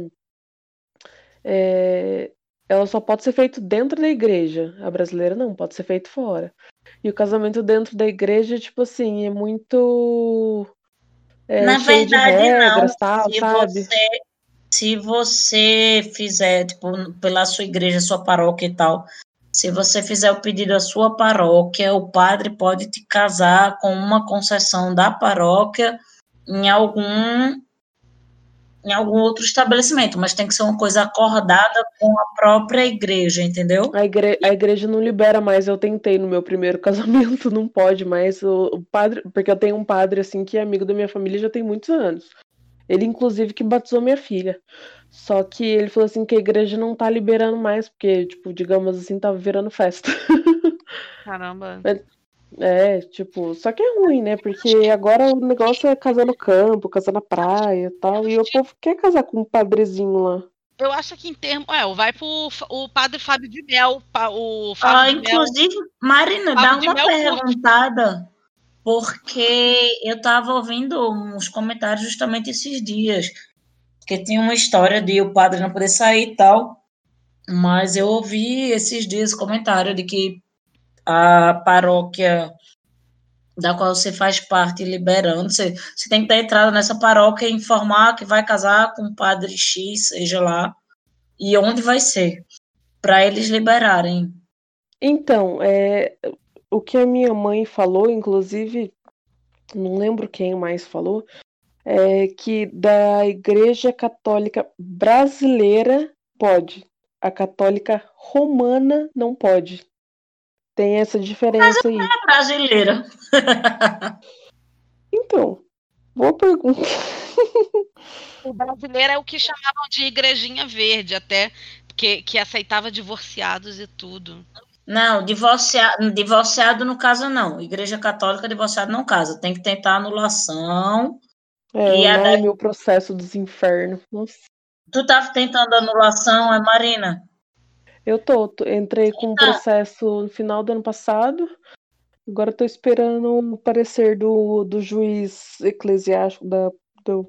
é, ela só pode ser feito dentro da igreja. A brasileira não, pode ser feito fora. E o casamento dentro da igreja, tipo assim, é muito é, Na cheio de verdade, não. regras, tal, Se sabe? você, se você fizer, tipo, pela sua igreja, sua paróquia e tal, se você fizer o pedido à sua paróquia, o padre pode te casar com uma concessão da paróquia em algum, em algum outro estabelecimento, mas tem que ser uma coisa acordada com a própria igreja, entendeu? A, igre a igreja não libera mais. Eu tentei no meu primeiro casamento, não pode mais. O, o padre, porque eu tenho um padre assim que é amigo da minha família já tem muitos anos. Ele, inclusive, que batizou minha filha. Só que ele falou assim que a igreja não tá liberando mais, porque, tipo, digamos assim, tava virando festa. Caramba. É, tipo, só que é ruim, né? Porque agora o negócio é casar no campo, casar na praia e tal. E o povo quer casar com um padrezinho lá. Eu acho que em termos. É, vai pro F- o padre Fábio de Mel. pa- O Fábio Ah, de Mel. inclusive, Marina, dá Fábio de uma Mel curte. perguntada, porque eu estava ouvindo uns comentários justamente esses dias, que tinha uma história de o padre não poder sair e tal, mas eu ouvi esses dias comentário de que a paróquia da qual você faz parte liberando, você, você tem que ter entrado nessa paróquia e informar que vai casar com o padre X, seja lá, e onde vai ser, para eles liberarem. Então, é, o que a minha mãe falou, inclusive, não lembro quem mais falou, é que da Igreja Católica Brasileira pode. A Católica Romana não pode. Tem essa diferença aí. É brasileira. Então, boa pergunta. O brasileiro é o que chamavam de igrejinha verde, até, que, que aceitava divorciados e tudo. Não, divorciado, divorciado no caso não. Igreja Católica, divorciado não casa. Tem que tentar anulação. É, E a da... ai, meu processo dos infernos. Nossa. Tu tá tentando anulação, é Marina? Eu tô, tô- entrei com um Então, processo no final do ano passado. Agora eu tô esperando o parecer do, do juiz eclesiástico da, do,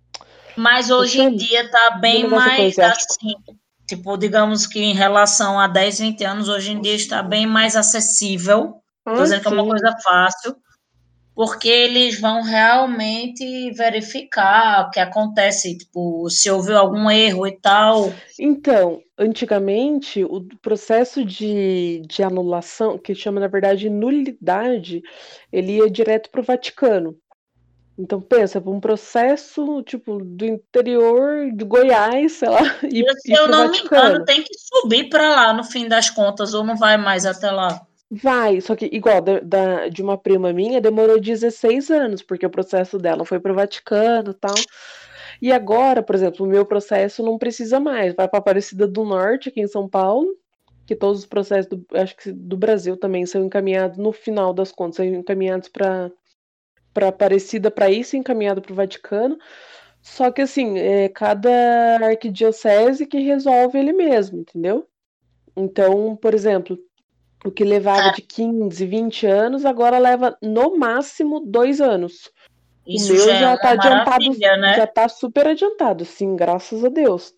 mas como hoje em chama? dia tá Do bem negócio mais eclesiástico. assim. Tipo, digamos que em relação a dez, vinte anos, hoje em dia está bem mais acessível. Tô Ah, dizendo que é uma sim. coisa fácil. Porque eles vão realmente verificar o que acontece, tipo, se houve algum erro e tal. Então, antigamente, o processo de, de anulação, que chama, na verdade, nulidade, ele ia direto para o Vaticano. Então, pensa, um processo, tipo, do interior de Goiás, sei lá, e E, se ir eu para o não me engano, Vaticano. tem que subir para lá no fim das contas, ou não vai mais até lá. Vai, só que igual da, da- de uma prima minha, demorou dezesseis anos, porque o processo dela foi para o Vaticano e tal. E agora, por exemplo, o meu processo não precisa mais, vai para Aparecida do Norte, aqui em São Paulo, que todos os processos, do, acho que do Brasil também são encaminhados, no final das contas, são encaminhados para para Aparecida, para isso encaminhado para o Vaticano. Só que assim, é cada arquidiocese que resolve ele mesmo, entendeu? Então, por exemplo, o que levava Cara, de quinze, vinte anos, agora leva no máximo dois anos. O isso meu já é já tá uma adiantado, maravilha, já né? tá super adiantado, sim, graças a Deus.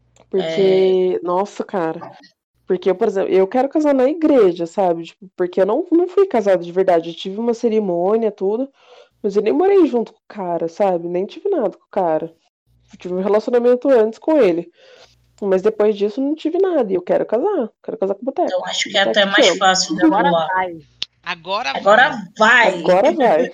É, Porque, nossa, cara, porque, por exemplo, eu quero casar na igreja, sabe? Tipo, porque eu não, não fui casada de verdade. Eu tive uma cerimônia, tudo, mas eu nem morei junto com o cara, sabe? Nem tive nada com o cara. Eu tive um relacionamento antes com ele. Mas depois disso não tive nada. E eu quero casar. Quero casar com o então Boteco. acho que é Boteco até te mais amo. fácil de Agora anular. vai. Agora Agora vai. vai! Agora vai.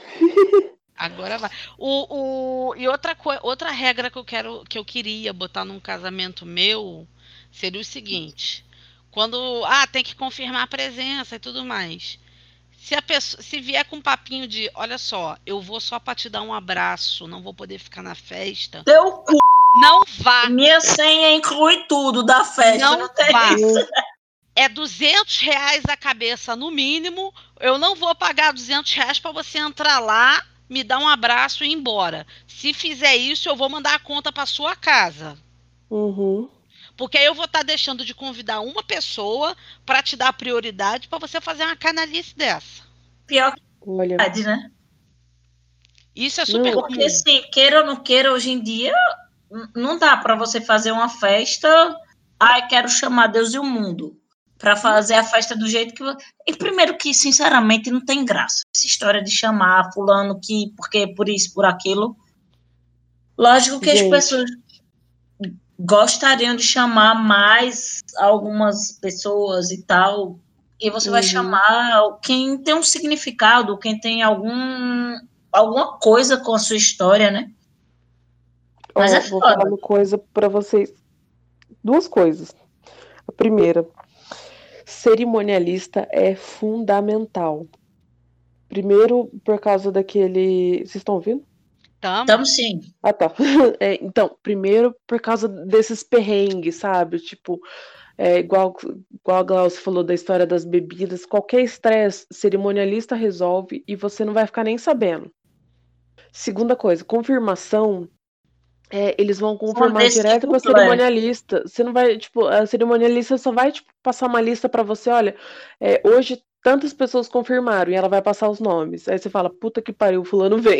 Agora vai. O, o, e outra, coi- outra regra que eu quero, que eu queria botar num casamento meu seria o seguinte: quando ah, tem que confirmar a presença e tudo mais. Se a pessoa, se vier com um papinho de, olha só, eu vou só para te dar um abraço, não vou poder ficar na festa, Teu cu, não vá, minha senha inclui tudo da festa, não não tem vá. isso. É duzentos reais a cabeça no mínimo. Eu não vou pagar duzentos reais para você entrar lá, me dar um abraço e ir embora. Se fizer isso, eu vou mandar a conta para sua casa. Uhum. Porque aí eu vou estar deixando de convidar uma pessoa para te dar prioridade para você fazer uma canalice dessa. Pior que Olha, é verdade, né? Isso é super Não. comum. Porque, assim, queira ou não queira, hoje em dia, n- não dá pra você fazer uma festa. Ai, quero chamar Deus e o mundo. Pra fazer a festa do jeito que. vo- E primeiro que, sinceramente, não tem graça. Essa história de chamar fulano que. Porque por isso, por aquilo. Lógico que as Gente. pessoas gostariam de chamar mais algumas pessoas e tal. E você vai Uhum. chamar quem tem um significado, quem tem algum, alguma coisa com a sua história, né? Mas Ó, é vou foda. falar uma coisa pra vocês. Duas coisas. A primeira, cerimonialista é fundamental. Primeiro, por causa daquele. Vocês estão ouvindo? Tamo. Estamos sim. Ah, tá. É, então, primeiro, por causa desses perrengues, sabe? Tipo, é, igual, igual a Glaucia falou da história das bebidas, qualquer estresse, cerimonialista resolve e você não vai ficar nem sabendo. Segunda coisa, confirmação. É, eles vão confirmar desse direto para tipo, é. cerimonialista. Você não vai, tipo, a cerimonialista só vai, tipo, passar uma lista para você, olha, é, hoje tantas pessoas confirmaram e ela vai passar os nomes. Aí você fala, puta que pariu, fulano vem.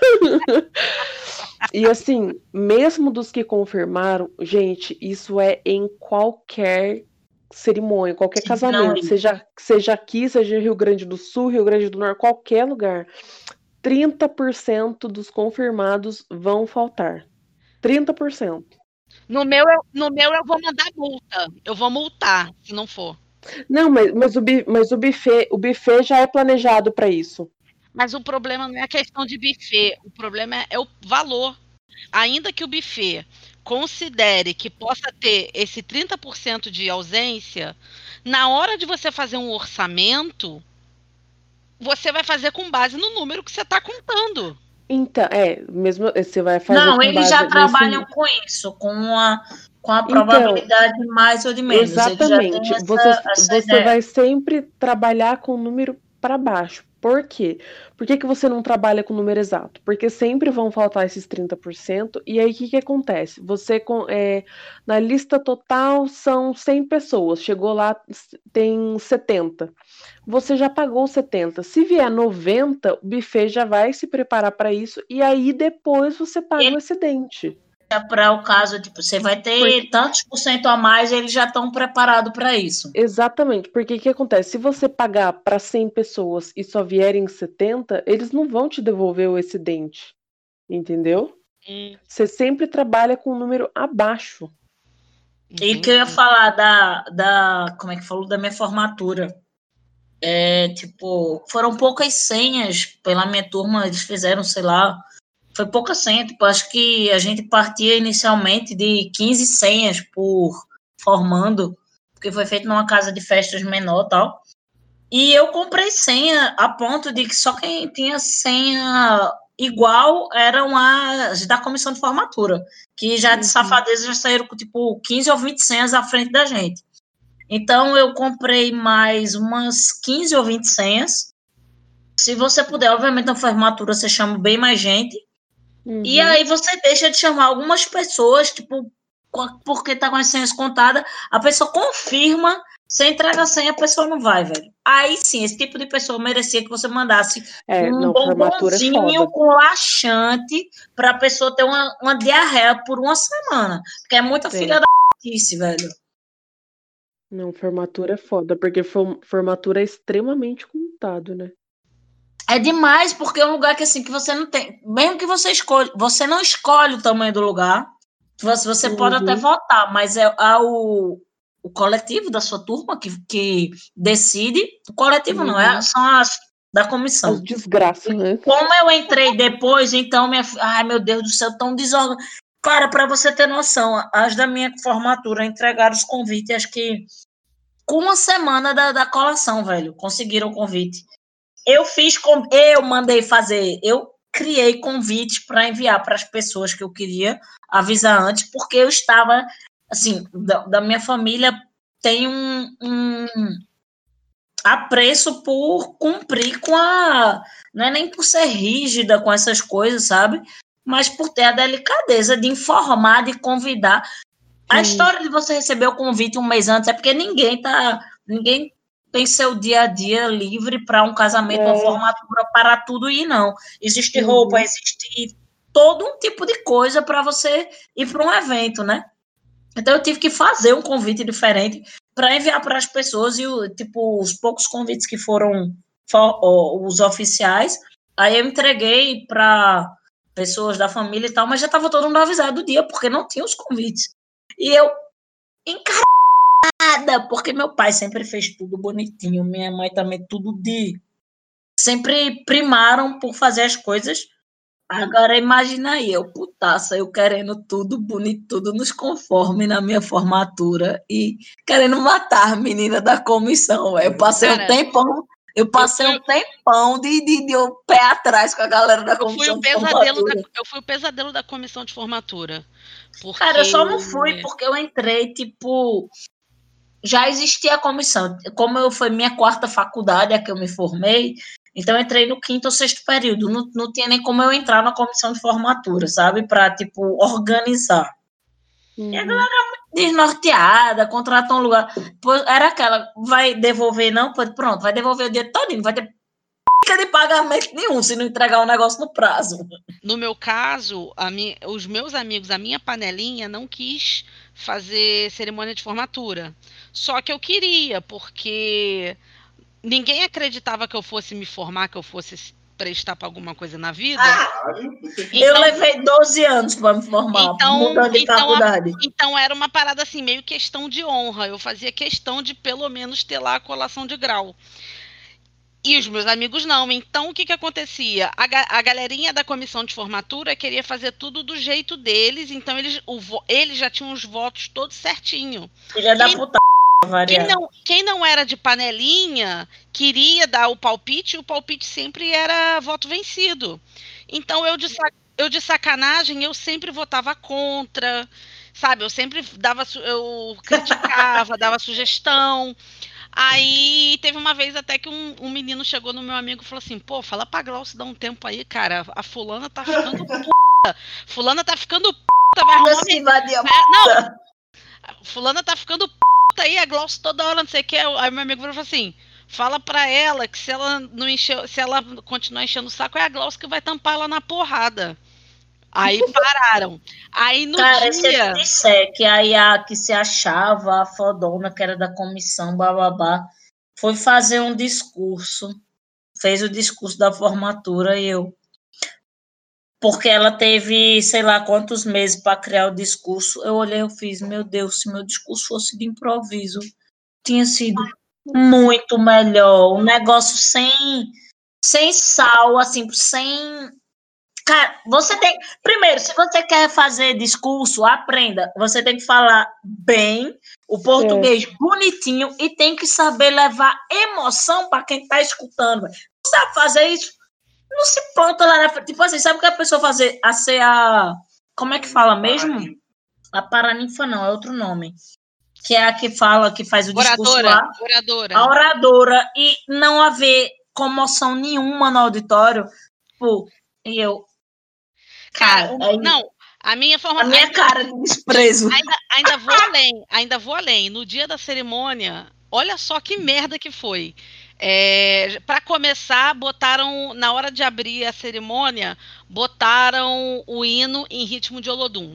E assim, mesmo dos que confirmaram, gente, isso é em qualquer cerimônia, qualquer Não, casamento, seja, seja aqui, seja Rio Grande do Sul, Rio Grande do Norte, qualquer lugar. trinta por cento dos confirmados vão faltar. trinta por cento. No meu, eu, no meu eu vou mandar multa. Eu vou multar, se não for. Não, mas, mas, o, bi- mas o buffet, o buffet já é planejado para isso. Mas o problema não é a questão de buffet, o problema é, é o valor. Ainda que o buffet considere que possa ter esse trinta por cento de ausência, na hora de você fazer um orçamento, você vai fazer com base no número que você está contando. Então, é, mesmo você vai fazer Não, com eles base já nesse- trabalham com isso, com a, com a Então, probabilidade mais ou de menos. Eles já têm exatamente. essa, Você, essa você ideia. vai sempre trabalhar com o número para baixo. Por quê? Por que, que você não trabalha com o número exato? Porque sempre vão faltar esses trinta por cento. E aí, o que, que acontece? Você, com- é, na lista total, são cem pessoas. Chegou lá, s- tem setenta. Você já pagou setenta. Se vier noventa, o buffet já vai se preparar para isso. E aí, depois, você paga Ele- o excedente. Para o caso, tipo, você vai ter Porque- tantos por cento a mais, eles já estão preparados para isso. Exatamente, porque o que acontece? Se você pagar para cem pessoas e só vierem setenta, eles não vão te devolver o excedente, entendeu? Hum, Você sempre trabalha com um número abaixo. E que eu ia falar da, da. Como é que falou? Da minha formatura. É, tipo, foram poucas senhas pela minha turma, eles fizeram, sei lá. Foi pouca senha, tipo, acho que a gente partia inicialmente de quinze senhas por formando, porque foi feito numa casa de festas menor e tal. E eu comprei senha a ponto de que só quem tinha senha igual eram as da comissão de formatura, que já de Uhum. safadeza já saíram com tipo quinze ou vinte senhas à frente da gente. Então eu comprei mais umas quinze ou vinte senhas. Se você puder, obviamente na formatura você chama bem mais gente. Uhum. E aí você deixa de chamar algumas pessoas, tipo, porque tá com as senhas contadas, a pessoa confirma, você entrega a senha, a pessoa não vai, velho. Aí sim, esse tipo de pessoa merecia que você mandasse É, um não, formatura é bombonzinho foda. com laxante pra pessoa ter uma, uma diarreia por uma semana. Porque é muita É. filha da p****, velho. Não, formatura é foda, porque form- formatura é extremamente contado, né? É demais, porque é um lugar que assim, que você não tem. Mesmo que você escolha, você não escolhe o tamanho do lugar. Você, você pode Uhum. até votar, mas é a, o, o coletivo da sua turma que, que decide. O coletivo não, é, Uhum. são as da comissão. As desgraças, né? Como eu entrei depois, então, minha, fi- ai meu Deus do céu, tão desorganizado. Cara, para você ter noção, as da minha formatura entregaram os convites, acho que com uma semana da, da colação, velho, conseguiram o convite. Eu fiz, com, eu mandei fazer, eu criei convites para enviar para as pessoas que eu queria avisar antes, porque eu estava, assim, da, da minha família tem um, um apreço por cumprir com a, não é nem por ser rígida com essas coisas, sabe? Mas por ter a delicadeza de informar, de convidar. A Sim. história de você receber o convite um mês antes é porque ninguém tá, ninguém tem seu dia a dia livre para um casamento, É. uma formatura, para tudo ir, não. Existe Uhum. roupa, existe todo um tipo de coisa para você ir para um evento, né? Então eu tive que fazer um convite diferente para enviar para as pessoas e o, tipo os poucos convites que foram for, ó, os oficiais, aí eu entreguei para pessoas da família e tal, mas já estava todo mundo avisado do dia porque não tinha os convites. E eu encarada, porque meu pai sempre fez tudo bonitinho, minha mãe também tudo de sempre primaram por fazer as coisas. Agora imagina aí, eu putaça, eu querendo tudo bonito, tudo nos conforme na minha formatura e querendo matar a menina da comissão. Eu passei Cara, um tempão, eu passei fui- um tempão de, de, de o pé atrás com a galera da Eu fui, comissão o de pesadelo da, formatura. eu fui o pesadelo da comissão de formatura. Porque... Cara, eu só não fui porque eu entrei, tipo, já existia a comissão. Como eu foi minha quarta faculdade, a que eu me formei, então eu entrei no quinto ou sexto período. Não, não tinha nem como eu entrar na comissão de formatura, sabe? Para, tipo, organizar. E a Uhum. galera era muito desnorteada, contratou um lugar. Pô, era aquela, vai devolver, não? Pô, pronto, vai devolver o dinheiro todinho, não vai ter p de pagamento nenhum se não entregar o negócio no prazo. No meu caso, a mi, os meus amigos, a minha panelinha não quis fazer cerimônia de formatura. Só que eu queria, porque ninguém acreditava que eu fosse me formar, que eu fosse prestar para alguma coisa na vida. Caralho, puta que- Eu Então- levei doze anos para me formar, Então, mudando de então, a- faculdade. então era uma parada assim, meio questão de honra. Eu fazia questão de pelo menos ter lá a colação de grau. E os meus amigos não. Então, o que que acontecia? A, ga- a galerinha da comissão de formatura queria fazer tudo do jeito deles, então eles, o vo- eles já tinham os votos todos certinho. Filha da Quem- puta, variar. Quem não, quem não era de panelinha queria dar o palpite, e o palpite sempre era voto vencido. Então, eu de, sa- eu de sacanagem, eu sempre votava contra, sabe? Eu sempre dava, su- eu criticava, dava sugestão. Aí teve uma vez até que um, um menino chegou no meu amigo e falou assim: pô, fala pra Glaucio dar um tempo aí, cara. A fulana tá ficando puta. Fulana tá ficando puta, vai arrumar. Assim, vadia. Vai- Não, fulana tá ficando puta aí, a Glaucio toda hora, não sei o que. Aí meu amigo falou assim: fala pra ela que se ela não encher, se ela continuar enchendo o saco, é a Glaucio que vai tampar ela na porrada. Aí pararam. Aí no Cara, se eu dia. te disser que a I A que se achava a fodona, que era da comissão, bababá, foi fazer um discurso, fez o discurso da formatura e eu. Porque ela teve, sei lá, quantos meses para criar o discurso. Eu olhei e fiz, meu Deus, se meu discurso fosse de improviso, tinha sido muito melhor. Um negócio sem, sem sal, assim, sem. Cara, você tem. Primeiro, se você quer fazer discurso, aprenda. Você tem que falar bem, o português bonitinho e tem que saber levar emoção para quem está escutando. Não sabe fazer isso? Não se planta lá na frente. Tipo assim, sabe o que a pessoa fazer? A ser a. Como é que fala mesmo? A paraninfa não, é outro nome. Que é a que fala, que faz o discurso Oradora, lá. oradora. A oradora. E não haver comoção nenhuma no auditório. Pô, e eu. Cara, Cara, o- aí, não, a minha a formação. minha cara de desprezo. Ainda, ainda vou além, ainda vou além. No dia da cerimônia, olha só que merda que foi. É, para começar, botaram, na hora de abrir a cerimônia, botaram o hino em ritmo de Olodum.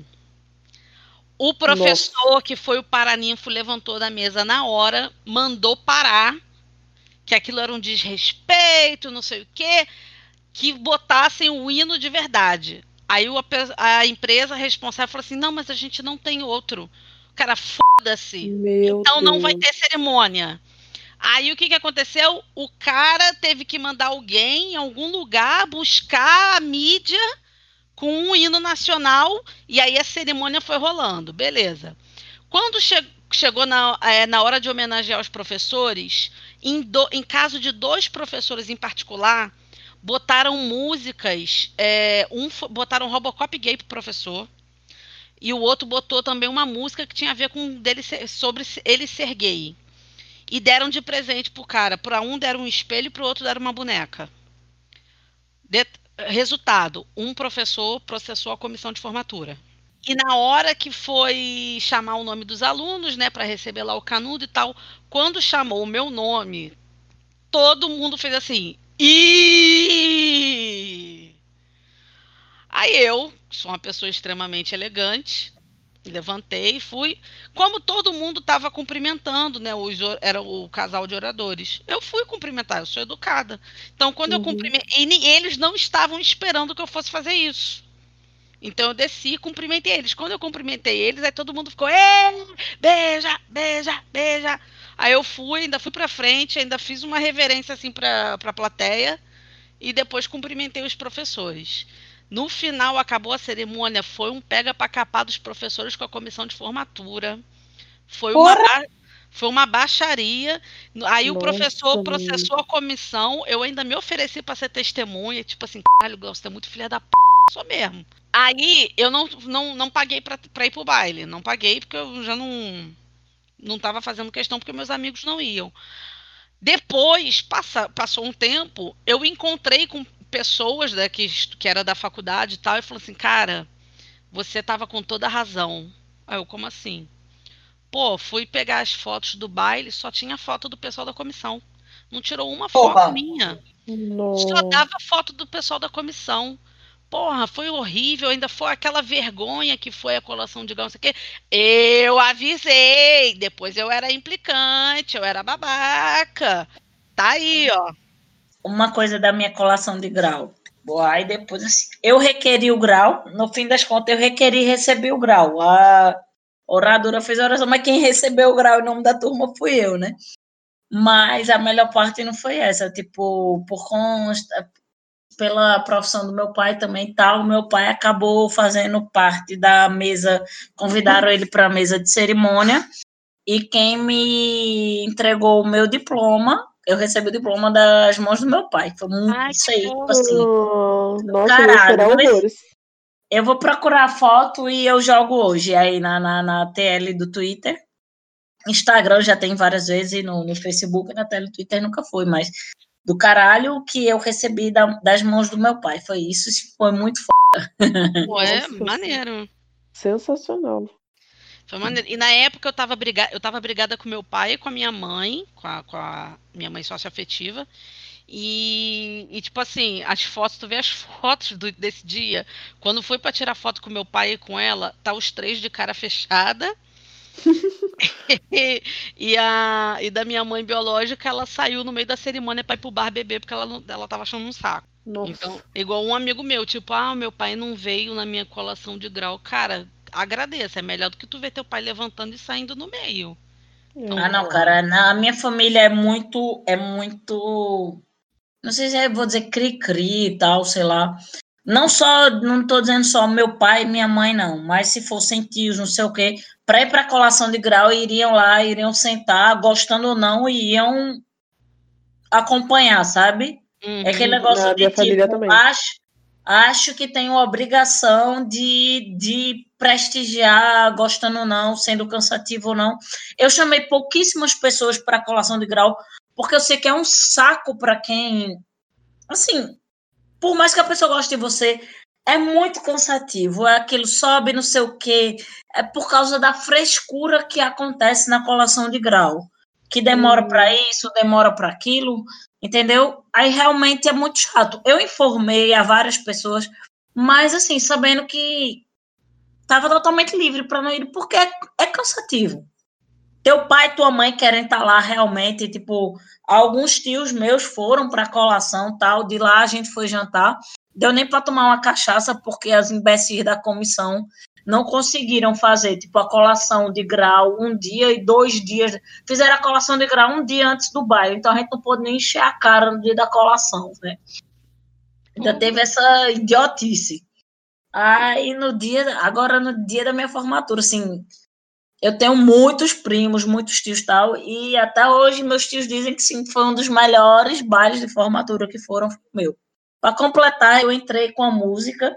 O professor, que foi o paraninfo, levantou da mesa na hora, mandou parar, que aquilo era um desrespeito, não sei o quê, que botassem o hino de verdade. Aí o- a empresa responsável falou assim: não, mas a gente não tem outro. Cara, foda-se. Meu Então não vai Deus. ter cerimônia. Aí o que, que aconteceu? O cara teve que mandar alguém em algum lugar buscar a mídia com um hino nacional e aí a cerimônia foi rolando. Beleza. Quando che chegou na, é, na hora de homenagear os professores, em, do, em caso de dois professores em particular, botaram músicas, é, um botaram Robocop gay pro professor e o outro botou também uma música que tinha a ver com dele ser, sobre ele ser gay. E deram de presente pro cara. Para um deram um espelho, pro outro deram uma boneca. De... Resultado, um professor processou a comissão de formatura. e na hora que foi chamar o nome dos alunos, né, para receber lá o canudo e tal, quando chamou o meu nome, todo mundo fez assim, e aí eu, sou uma pessoa extremamente elegante, levantei e fui. Como todo mundo estava cumprimentando, né? Os, era o casal de oradores. Eu fui cumprimentar, eu sou educada. Então, quando eu Uhum. cumprimentei, e eles não estavam esperando que eu fosse fazer isso. Então eu desci e cumprimentei eles. Quando eu cumprimentei eles, aí todo mundo ficou, Ê, beija, beija, beija. Aí eu fui, ainda fui pra frente, ainda fiz uma reverência assim pra, pra plateia e depois cumprimentei os professores. No final, acabou a cerimônia, foi um pega pra capar dos professores com a comissão de formatura. Foi uma, Porra! ba- foi uma baixaria. Aí o professor Nossa, menina. processou a comissão. Eu ainda me ofereci para ser testemunha. Tipo assim, caralho, você é muito filha da p. Sou mesmo. Aí eu não, não, não paguei para ir pro baile. Não paguei porque eu já não não estava fazendo questão porque meus amigos não iam. Depois, passa, passou um tempo, eu encontrei com pessoas, né, que, que era da faculdade e tal, e falou assim, cara, você tava com toda a razão. Aí eu, como assim? Pô, fui pegar as fotos do baile, só tinha foto do pessoal da comissão. Não tirou uma foto Porra! minha. Só No... dava foto do pessoal da comissão. Porra, foi horrível, ainda foi aquela vergonha que foi a colação de grau, não sei o quê. Eu avisei, depois eu era implicante, eu era babaca. Tá aí, ó. Uma coisa da minha colação de grau. Boa, aí depois, assim, eu requeri o grau, no fim das contas, eu requeri e recebi o grau. A oradora fez a oração, mas quem recebeu o grau em nome da turma fui eu, né? Mas a melhor parte não foi essa, tipo, por consta, pela profissão do meu pai também tal, meu pai acabou fazendo parte da mesa, convidaram ele para a mesa de cerimônia, e quem me entregou o meu diploma, eu recebi o diploma das mãos do meu pai. Foi muito Ai, isso que aí, tipo assim, Oh, nossa, eu ia caralho. chorar Vou ver se- horrores. Eu vou procurar a foto e eu jogo hoje aí na, na, na T L do Twitter. Instagram já tem várias vezes, e no, no Facebook, na tela do Twitter nunca foi, mas do caralho que eu recebi da, das mãos do meu pai. Foi isso, foi muito foda. pô, é Nossa, maneiro. sensacional. Foi maneiro. E na época eu tava, briga... eu tava brigada com meu pai e com a minha mãe, com a, com a minha mãe sócia afetiva. E, e, tipo assim, as fotos, tu vê as fotos do- desse dia. Quando foi pra tirar foto com meu pai e com ela, tá os três de cara fechada. E, a, e da minha mãe biológica, ela saiu no meio da cerimônia pra ir pro bar beber, porque ela, não, ela tava achando um saco. Então, Nossa. igual um amigo meu, tipo, ah, meu pai não veio na minha colação de grau. Cara, agradeça, é melhor do que tu ver teu pai levantando e saindo no meio. Então, Ah, não, porra. cara, na minha família é muito, é muito, não sei se eu vou dizer cri-cri e tal, sei lá. Não só, não estou dizendo só meu pai e minha mãe, não, mas se fossem tios, não sei o quê, para ir para a colação de grau, iriam lá, iriam sentar, gostando ou não, e iam acompanhar, sabe? É aquele Uhum. negócio Na de minha família tipo, também. acho, acho que tenho a obrigação de, de prestigiar, gostando ou não, sendo cansativo ou não. Eu chamei pouquíssimas pessoas para a colação de grau, porque eu sei que é um saco para quem, assim, por mais que a pessoa goste de você, é muito cansativo. É aquilo sobe, não sei o quê. É por causa da frescura que acontece na colação de grau. Que demora para Uhum. isso, demora para aquilo, entendeu? Aí realmente é muito chato. Eu informei a várias pessoas, mas assim, sabendo que estava totalmente livre para não ir, porque é, é cansativo. Teu pai e tua mãe querem estar lá realmente, tipo, alguns tios meus foram para a colação, tal, de lá a gente foi jantar, deu nem para tomar uma cachaça, porque as imbecis da comissão não conseguiram fazer, tipo, a colação de grau um dia e dois dias, fizeram a colação de grau um dia antes do baile, então a gente não pôde nem encher a cara no dia da colação, né? Ainda Porra. teve essa idiotice. Aí no dia, agora no dia da minha formatura, assim, eu tenho muitos primos, muitos tios e tal, e até hoje meus tios dizem que sim, foi um dos melhores bailes de formatura que foram foi o meu. Para completar, eu entrei com a música,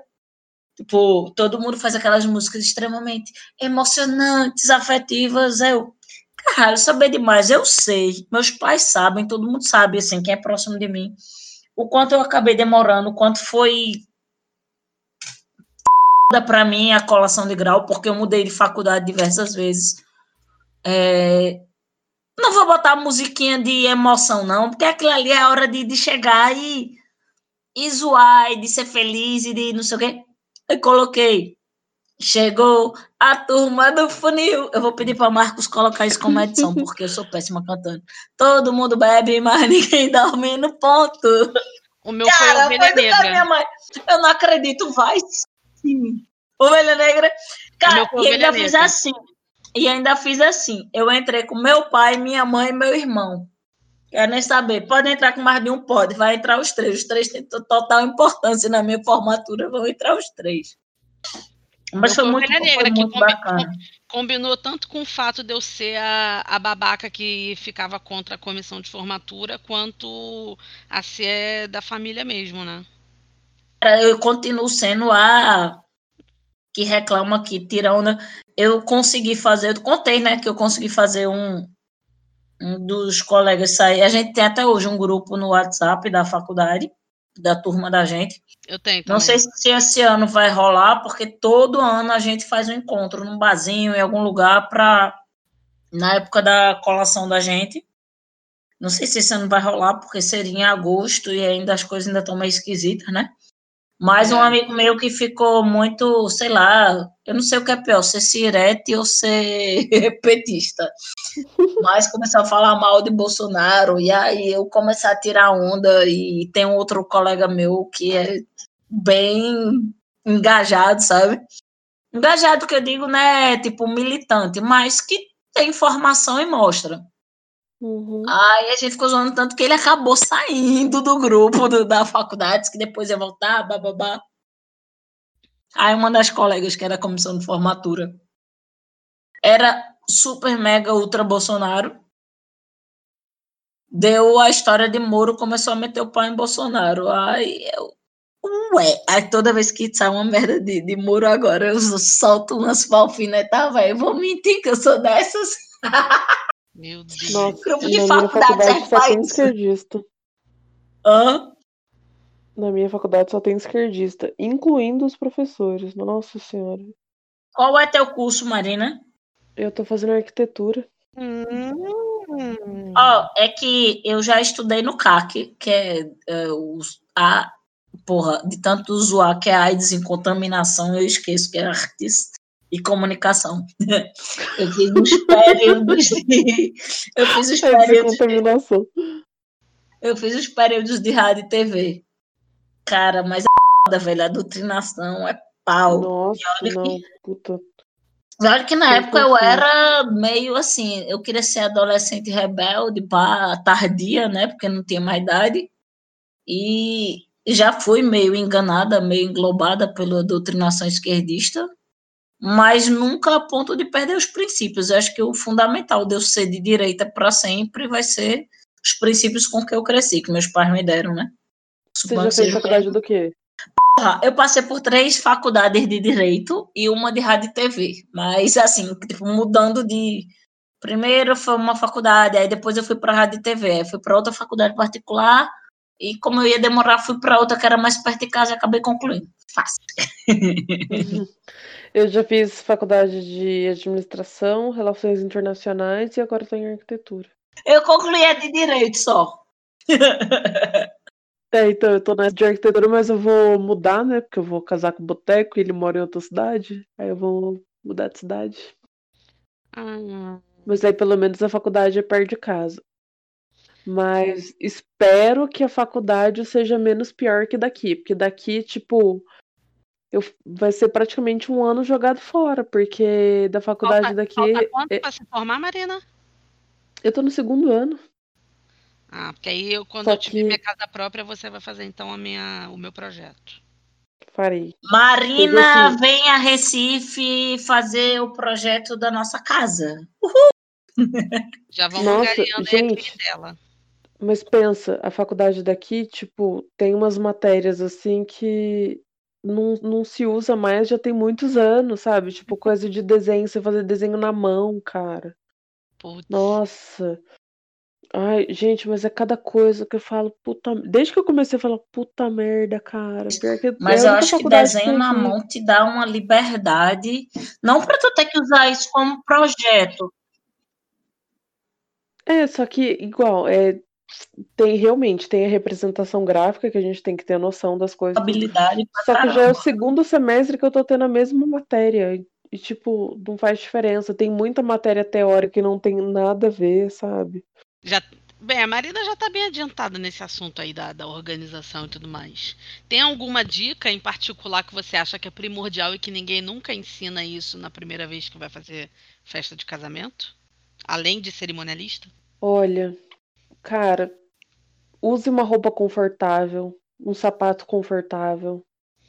tipo, todo mundo faz aquelas músicas extremamente emocionantes, afetivas, eu, caralho, saber demais, eu sei, meus pais sabem, todo mundo sabe, assim, quem é próximo de mim, o quanto eu acabei demorando, o quanto foi foda pra mim a colação de grau, porque eu mudei de faculdade diversas vezes. É... Não vou botar musiquinha de emoção, não, porque aquilo ali é a hora de, de chegar e, e zoar, e de ser feliz, e de não sei o quê. Eu coloquei, chegou a turma do funil. Eu vou pedir para Marcos colocar isso como edição, porque eu sou péssima cantando. Todo mundo bebe, mas ninguém dorme no ponto. O meu Cara, foi Ovelha foi do da minha Negra. mãe. Eu não acredito, vai sim. Ovelha Negra. Cara, meu foi e ainda Ovelha fiz Negra. assim. E ainda fiz assim. Eu entrei com meu pai, minha mãe e meu irmão. Quero nem saber. Pode entrar com mais de um? Pode. Vai entrar os três. Os três têm to- total importância na minha formatura. Vão entrar os três. Meu Mas foi foi muito, Ovelha foi Negra, que muito combi- bacana. com- combinou tanto com o fato de eu ser a, a babaca que ficava contra a comissão de formatura, quanto a ser da família mesmo, né? Cara, eu continuo sendo a que reclama que tira onda. Eu consegui fazer, eu contei, né, que eu consegui fazer um, um dos colegas sair. A gente tem até hoje um grupo no WhatsApp da faculdade, da turma da gente. Eu tenho Não sei também. se esse ano vai rolar, porque todo ano a gente faz um encontro num barzinho, em algum lugar, para na época da colação da gente. Não sei se esse ano vai rolar, porque seria em agosto e ainda as coisas ainda estão meio esquisitas, né? Mas um É. amigo meu que ficou muito, sei lá, eu não sei o que é pior, ser sirete ou ser petista. Mas começou a falar mal de Bolsonaro, e aí eu comecei a tirar onda, e tem um outro colega meu que é bem engajado, sabe? Engajado que eu digo, né, tipo militante, mas que tem informação e mostra. Uhum. Aí a gente ficou zoando tanto que ele acabou saindo do grupo do, da faculdade, que depois ia voltar, bababá. Aí uma das colegas, que era a comissão de formatura, era super, mega, ultra Bolsonaro. Deu a história de Moro, começou a meter o pau em Bolsonaro. Aí eu, ué. Aí toda vez que sai uma merda de, de Moro agora, eu solto umas palfinetas, velho. Eu vou mentir que eu sou dessas. Meu Deus. Nossa, Grupo na de minha faculdade faculdade serve só pra tem isso. esquerdista. Hã? Na minha faculdade só tem esquerdista, incluindo os professores. Nossa senhora. Qual é teu curso, Marina? Eu tô fazendo arquitetura. Hum. Ó, é que eu já estudei no C A C, que é, é os, a porra, de tanto zoar que é AIDS em contaminação, eu esqueço que é artes e comunicação. Eu fiz uns períodos de. Eu fiz os É períodos. descontaminação. Eu fiz os períodos de rádio e T V. Cara, mas é foda, velho. A doutrinação é pau. Nossa, olha não, que- puta. Olha que na época eu Sempre assim. era meio assim, eu queria ser adolescente rebelde, pá, tardia, né? Porque não tinha mais idade. E já fui meio enganada, meio englobada pela doutrinação esquerdista, mas nunca a ponto de perder os princípios. Eu acho que o fundamental de eu ser de direita para sempre vai ser os princípios com que eu cresci, que meus pais me deram, né? Você Suponho já que fez seja o faculdade mesmo. do quê? Eu passei por três faculdades de direito e uma de rádio e T V, mas assim, tipo, mudando de. Primeiro foi uma faculdade, aí depois eu fui para rádio e T V, aí fui para outra faculdade particular, e como eu ia demorar, fui para outra que era mais perto de casa e acabei concluindo. Fácil. Eu já fiz faculdade de administração, relações internacionais e agora tô em arquitetura. Eu concluí a de direito só. É, então eu tô nessa de arquitetura, mas eu vou mudar, né? Porque eu vou casar com o Boteco e ele mora em outra cidade. Aí eu vou mudar de cidade. Ah, Mas aí pelo menos a faculdade é perto de casa. Mas espero que a faculdade seja menos pior que daqui. Porque daqui, tipo, eu, vai ser praticamente um ano jogado fora. Porque da faculdade falta, daqui. falta quanto é- para se formar, Marina? Eu tô no segundo ano. Ah, porque aí eu, quando Só eu tiver minha que casa própria, você vai fazer então a minha, o meu projeto. farei. Porque Marina assim, vem a Recife fazer o projeto da nossa casa. Já vamos nossa, angariando aí a gente, clientela. mas pensa, a faculdade daqui, tipo, tem umas matérias assim que não, não se usa mais, já tem muitos anos, sabe? Tipo, coisa de desenho, você fazer desenho na mão, cara. Putz. Nossa. Ai, gente, mas é cada coisa que eu falo, puta. Desde que eu comecei a falar, puta merda, cara. Pior que é Mas a eu única acho que faculdade que desenho tem na aqui. mão te dá uma liberdade, não para tu ter que usar isso como projeto, É, só que igual, é, tem realmente, tem a representação gráfica que a gente tem que ter noção das coisas, tudo. habilidade pra Só que já é o caramba. segundo semestre que eu tô tendo a mesma matéria. E, tipo, não faz diferença. Tem muita matéria teórica que não tem nada a ver, sabe? Já, bem, a Marina já está bem adiantada nesse assunto aí da, da organização e tudo mais. Tem alguma dica em particular que você acha que é primordial e que ninguém nunca ensina isso na primeira vez que vai fazer festa de casamento? Além de cerimonialista? Olha, cara, use uma roupa confortável, um sapato confortável.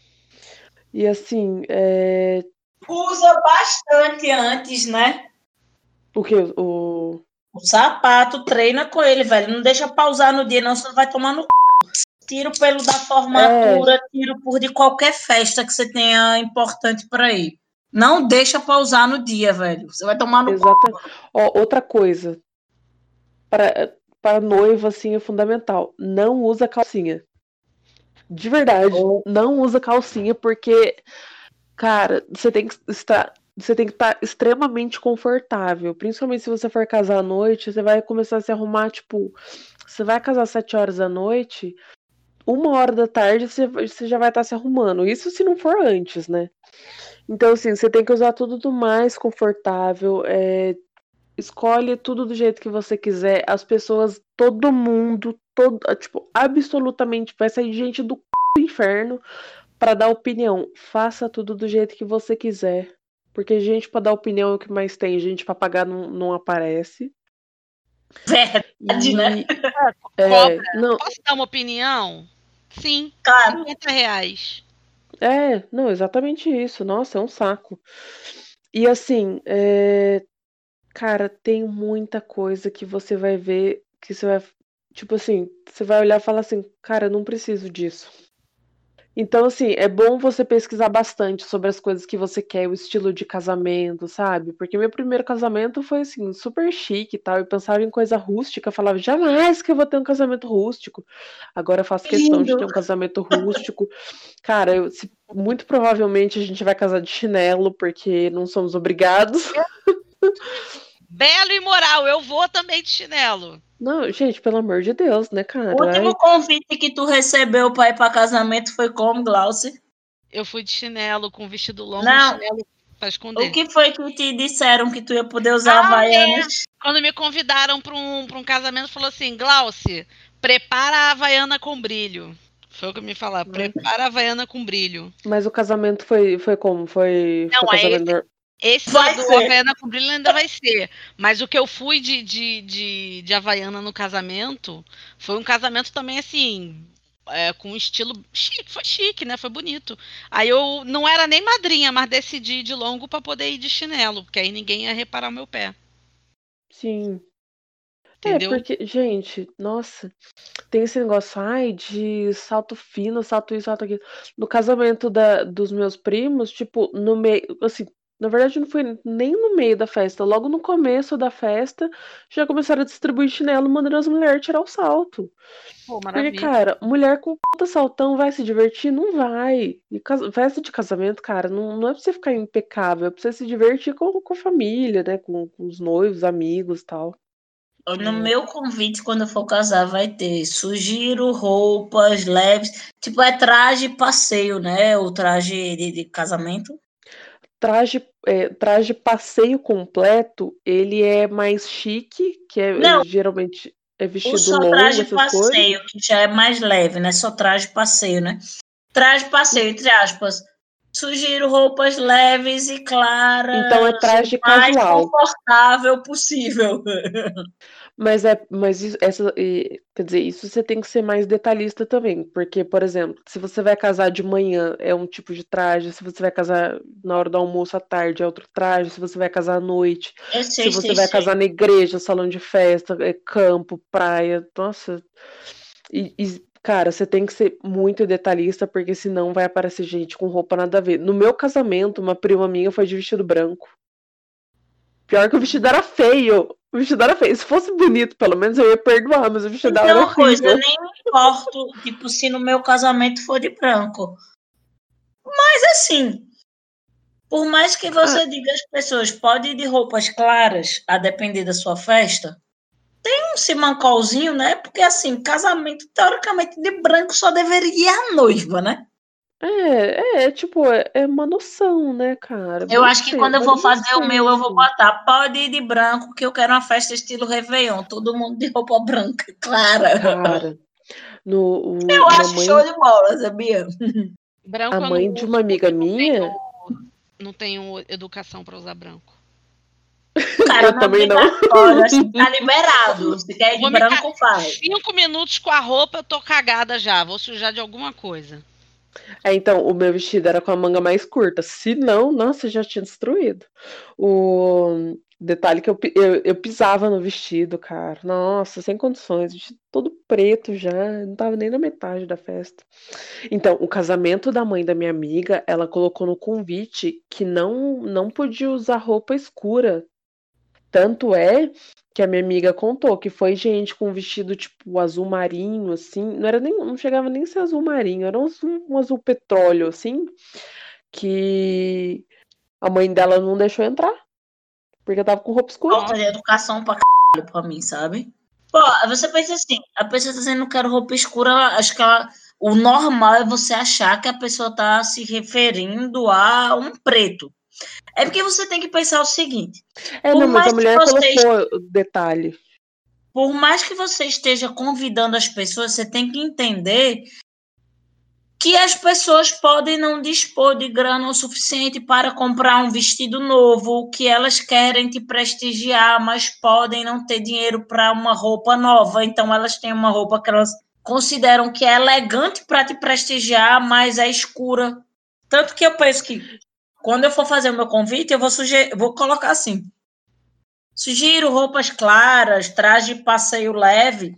E assim, é... Usa bastante antes, né? o que? O... O sapato, treina com ele, velho. Não deixa pausar no dia, não, senão vai tomar no c... Tira o pelo da É, formatura, tira o por de qualquer festa que você tenha importante para ir. Não deixa pausar no dia, velho. Você vai tomar no c... exata. Ó, outra coisa, para para noiva assim é fundamental. Não usa calcinha. De verdade, não usa calcinha porque, cara, você tem que estar, você tem que estar extremamente confortável. Principalmente se você for casar à noite, você vai começar a se arrumar, tipo, você vai casar às sete horas da noite, uma hora da tarde você, você já vai estar se arrumando. Isso se não for antes, né? Então, assim, você tem que usar tudo do mais confortável. É, escolhe tudo do jeito que você quiser. As pessoas, todo mundo, todo, tipo, absolutamente vai sair gente do c... do inferno pra dar opinião. Faça tudo do jeito que você quiser. Porque gente pra dar opinião é o que mais tem. Gente pra pagar não, não aparece. Verdade, né? E é, Cobra. não, Posso dar uma opinião? Sim. Cara, cinquenta reais. é, não, exatamente isso. Nossa, é um saco. E assim, é, cara, tem muita coisa que você vai ver que você vai, tipo assim, você vai olhar e falar assim, cara, eu não preciso disso. Então, assim, é bom você pesquisar bastante sobre as coisas que você quer, o estilo de casamento, sabe? Porque meu primeiro casamento foi, assim, super chique e tal. Eu pensava em coisa rústica, eu falava, jamais que eu vou ter um casamento rústico. Agora eu faço questão de lindo. ter um casamento rústico. Cara, eu, se- muito provavelmente a gente vai casar de chinelo, porque não somos obrigados. Belo e moral, eu vou também de chinelo. Não, gente, pelo amor de Deus, né, O cara? último Ai, convite que tu recebeu para ir para casamento foi como, Glauci? Eu fui de chinelo, com vestido longo e Não, chinelo pra o esconder. que foi que te disseram que tu ia poder usar Havaianas? Quando me convidaram para um, pra um casamento, falou assim, Glauci, prepara a Havaiana com brilho. Foi o que me falaram, prepara a Havaiana com brilho. mas o casamento foi, foi como? Foi, foi Não, é casamento. esse, nor- esse do, Vai do ser. Havaiana com brilho ainda vai ser. Mas o que eu fui de, de, de, de Havaiana no casamento foi um casamento também assim, é, com um estilo chique, foi chique, né? Foi bonito. Aí eu não era nem madrinha, mas decidi ir de longo para poder ir de chinelo, porque aí ninguém ia reparar o meu pé, Sim. É, entendeu? porque, gente, nossa, tem esse negócio, ai, de salto fino, salto isso, salto aquilo. No casamento da, dos meus primos, tipo, no meio, assim, na verdade não foi nem no meio da festa, logo no começo da festa, já começaram a distribuir chinelo, mandando as mulheres tirar o salto. Pô, Porque, maravilha. cara, mulher com puta saltão vai se divertir? Não vai. E cas- festa de casamento, cara, não, não é pra você ficar impecável, é pra você se divertir com, com a família, né, com, com os noivos, amigos e tal. No meu convite, quando eu for casar, vai ter sugiro roupas leves. Tipo, é traje passeio, né? O traje de, de casamento. Traje, é, traje passeio completo, ele é mais chique, que é Não, geralmente é o vestido só longo, traje essas coisas. passeio, que já é mais leve, né? Só traje passeio, né? Traje passeio, entre aspas. Sugiro roupas leves e Então é claras, o traje mais casual. confortável possível. Mas é, mas isso, essa, e, quer dizer, isso você tem que ser mais detalhista também, porque, por exemplo, se você vai casar de manhã é um tipo de traje, se você vai casar na hora do almoço à tarde é outro traje, se você vai casar à noite, Eu se sei, você sei, vai sei. casar na igreja, salão de festa, é campo, praia, nossa. E, e, cara, você tem que ser muito detalhista, porque senão vai aparecer gente com roupa nada a ver. No meu casamento, uma prima minha foi de vestido branco. Pior que o vestido era feio. O vestido era feio. Se fosse bonito, pelo menos eu ia perdoar, mas o vestido Então, dela era uma coisa, eu horrível. nem me importo, tipo, se no meu casamento for de branco. Mas assim, por mais que você diga às pessoas, pode ir de roupas claras, a depender da sua festa, tem um simancolzinho, né? Porque assim, casamento, teoricamente, de branco só deveria ir a noiva, né? É, é, tipo, é, é uma noção, né, cara? Eu Bom acho que senso, quando eu mas vou bom fazer o meu, eu vou senso. botar, pode ir de branco, que eu quero uma festa estilo Réveillon, todo mundo de roupa branca, clara. Cara, no, o- Eu uma acho show mãe, de bola, sabia? a Branco eu não mãe de uso uma porque amiga eu não tenho, minha, não tenho educação para usar branco. Cara, eu não é também não. obrigatório, acho que tá liberado. Se quer ir de Vou me ca... branco, faz. Cinco minutos com a roupa, eu tô cagada já. Vou sujar de alguma coisa. É, então, o meu vestido era com a manga mais curta. Se não, nossa, eu já tinha destruído. O detalhe que eu, pi- eu, eu pisava no vestido, cara. Nossa, sem condições. Vestido todo preto já. Não tava nem na metade da festa. Então, o casamento da mãe da minha amiga, ela colocou no convite que não, não podia usar roupa escura. Tanto é que a minha amiga contou que foi gente com vestido tipo azul marinho, assim. Não era nem, não chegava nem a ser azul marinho, era um azul, um azul petróleo, assim, que a mãe dela não deixou entrar, porque tava com roupa escura. Falta de educação pra caralho pra mim, sabe? Pô, você pensa assim, a pessoa tá dizendo que eu quero roupa escura, ela- acho que ela, o normal é você achar que a pessoa tá se referindo a um preto. É porque você tem que pensar o seguinte, É, por não, mas mais a que mulher vocês colocou o detalhe. por mais que você esteja convidando as pessoas, você tem que entender que as pessoas podem não dispor de grana o suficiente para comprar um vestido novo, que elas querem te prestigiar, mas podem não ter dinheiro para uma roupa nova. Então, elas têm uma roupa que elas consideram que é elegante para te prestigiar, mas é escura. Tanto que eu penso que, quando eu for fazer o meu convite, eu vou, sugerir, vou colocar assim: sugiro roupas claras, traje de passeio leve,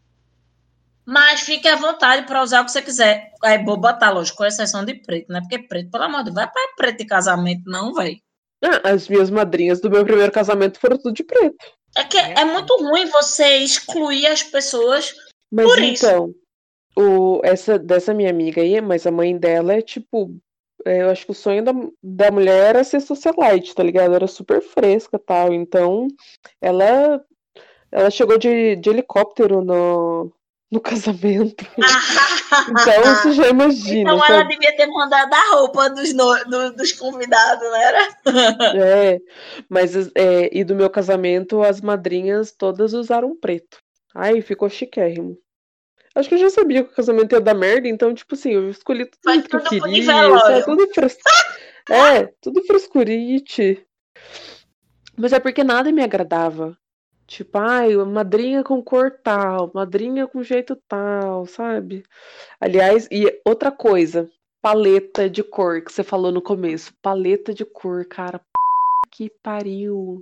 mas fique à vontade para usar o que você quiser. Aí vou botar, lógico, com exceção de preto, né? Porque preto, pelo amor de Deus, vai para preto de casamento, não, velho. Ah, as minhas madrinhas do meu primeiro casamento foram tudo de preto. É que é muito ruim você excluir as pessoas Mas por isso. então, o, essa dessa minha amiga aí, mas a mãe dela é tipo. É, eu acho que o sonho da, da mulher era ser socialite, tá ligado? Era super fresca e tal. Então, ela, ela chegou de, de helicóptero no, no casamento. Então, você já imagina, Então ela sabe? devia ter mandado a roupa dos, no- do- dos convidados, não era? É, mas é, e do meu casamento, as madrinhas todas usaram preto. Ai, ficou chiquérrimo. Acho que eu já sabia que o casamento ia dar merda, então, tipo assim, eu escolhi tudo do Foi jeito que eu tudo pro de queria, sabe? velório. Tudo fres... É, tudo frescurite. Mas é porque nada me agradava. Tipo, ai, madrinha com cor tal, madrinha com jeito tal, sabe? Aliás, e outra coisa, paleta de cor que você falou no começo. Paleta de cor, cara, que pariu.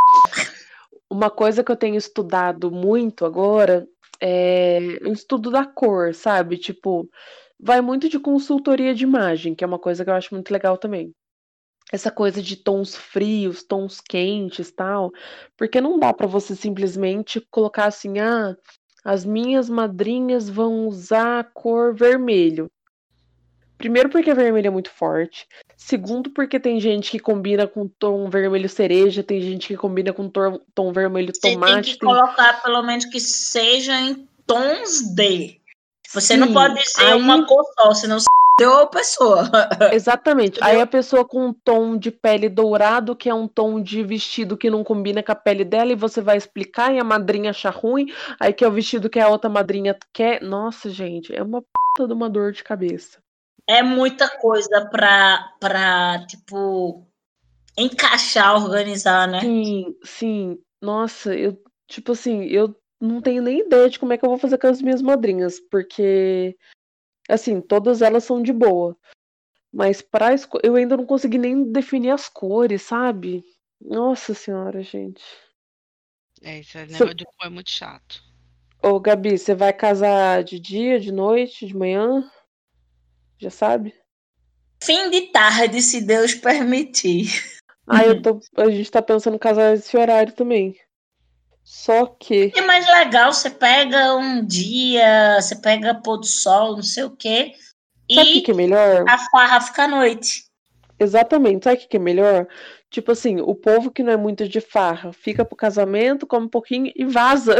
Uma coisa que eu tenho estudado muito agora é o estudo da cor, sabe? Tipo, vai muito de consultoria de imagem, que é uma coisa que eu acho muito legal também. Essa coisa de tons frios, tons quentes, tal, porque não dá pra você simplesmente colocar assim, ah, as minhas madrinhas vão usar a cor vermelho. Primeiro porque vermelho é muito forte. Segundo porque tem gente que combina com tom vermelho cereja, tem gente que combina com tom, tom vermelho Você tem que tomate, tem colocar pelo menos que seja em tons de. Você não sim, pode ser aí uma cor só, senão você deu a pessoa. exatamente. Aí Entendeu? a pessoa com um tom de pele dourado, que é um tom de vestido que não combina com a pele dela, e você vai explicar e a madrinha achar ruim, aí que é o vestido que a outra madrinha quer. Nossa, gente, é uma puta de uma dor de cabeça. É muita coisa pra, pra tipo, encaixar, organizar, né? Sim, sim. Nossa, eu, tipo assim, eu não tenho nem ideia de como é que eu vou fazer com as minhas madrinhas, porque, assim, todas elas são de boa. Mas pra esco... eu ainda não consegui nem definir as cores, sabe? Nossa senhora, gente. É, esse Cê- negócio de cor é muito chato. Ô, Gabi, você vai casar de dia, de noite, de manhã? Já sabe? Fim de tarde, se Deus permitir. Aí eu tô, a gente tá pensando em casar esse horário também. Só que. É mais legal, você pega um dia, você pega pôr do sol, não sei o quê, Sabe o que, e que é melhor? a farra fica à noite. Exatamente. Sabe o que, que é melhor? Tipo assim, o povo que não é muito de farra fica pro casamento, come um pouquinho e vaza.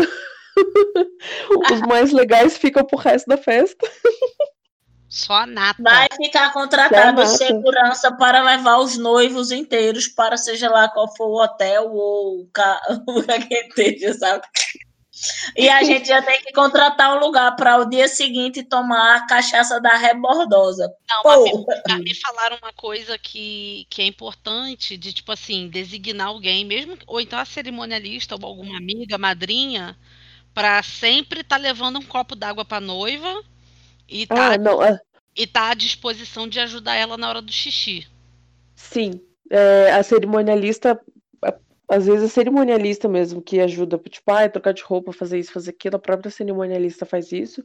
Os mais legais ficam pro resto da festa. Só a nata. Vai ficar Só contratado nata. segurança para levar os noivos inteiros para seja lá qual for o hotel ou o ca- o lugar que esteja, sabe? E a gente já tem que contratar um lugar para o dia seguinte tomar a cachaça da rebordosa. Não, Pô, mas me, mas me falaram uma coisa que, que é importante, de tipo assim, designar alguém, mesmo, ou então a cerimonialista, ou alguma amiga, madrinha, para sempre estar levando um copo d'água para noiva e tá, Ah, não. ah, e tá à disposição de ajudar ela na hora do xixi. Sim. É, a cerimonialista. a- Às vezes a cerimonialista mesmo que ajuda, tipo, ah, trocar de roupa, fazer isso, fazer aquilo, a própria cerimonialista faz isso.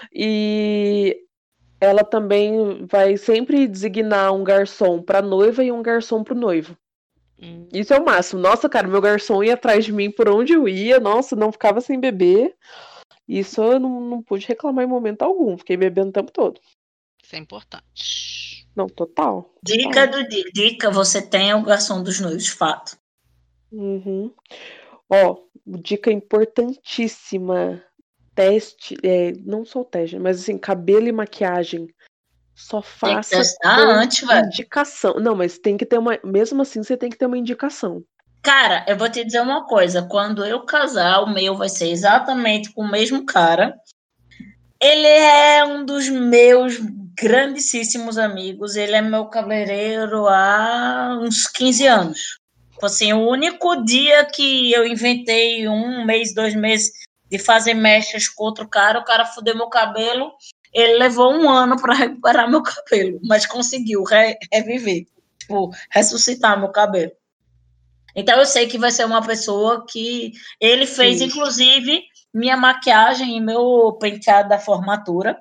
E ela também vai sempre designar um garçom pra noiva e um garçom pro noivo. Hum. Isso é o máximo. Nossa, cara, meu garçom ia atrás de mim por onde eu ia. Nossa, não ficava sem beber. Isso eu não, não pude reclamar em momento algum. Fiquei bebendo o tempo todo. Isso é importante. Não, total. dica total. do dia. Dica, você tem o garçom dos noivos, fato. Uhum. Ó, dica importantíssima. Teste, é, não só o teste, mas assim, cabelo e maquiagem. Só Tem que faça testar por antes, velho. indicação. Não, mas tem que ter uma. Mesmo assim, você tem que ter uma indicação. Cara, eu vou te dizer uma coisa. Quando eu casar, o meu vai ser exatamente com o mesmo cara. Ele é um dos meus grandíssimos amigos. Ele é meu cabeleireiro há uns quinze anos. Tipo assim, o único dia que eu inventei um mês, dois meses de fazer mechas com outro cara, o cara fudeu meu cabelo. Ele levou um ano para recuperar meu cabelo, mas conseguiu re reviver, tipo, ressuscitar meu cabelo. Então eu sei que vai ser uma pessoa que ele fez, Sim. inclusive, minha maquiagem e meu penteado da formatura.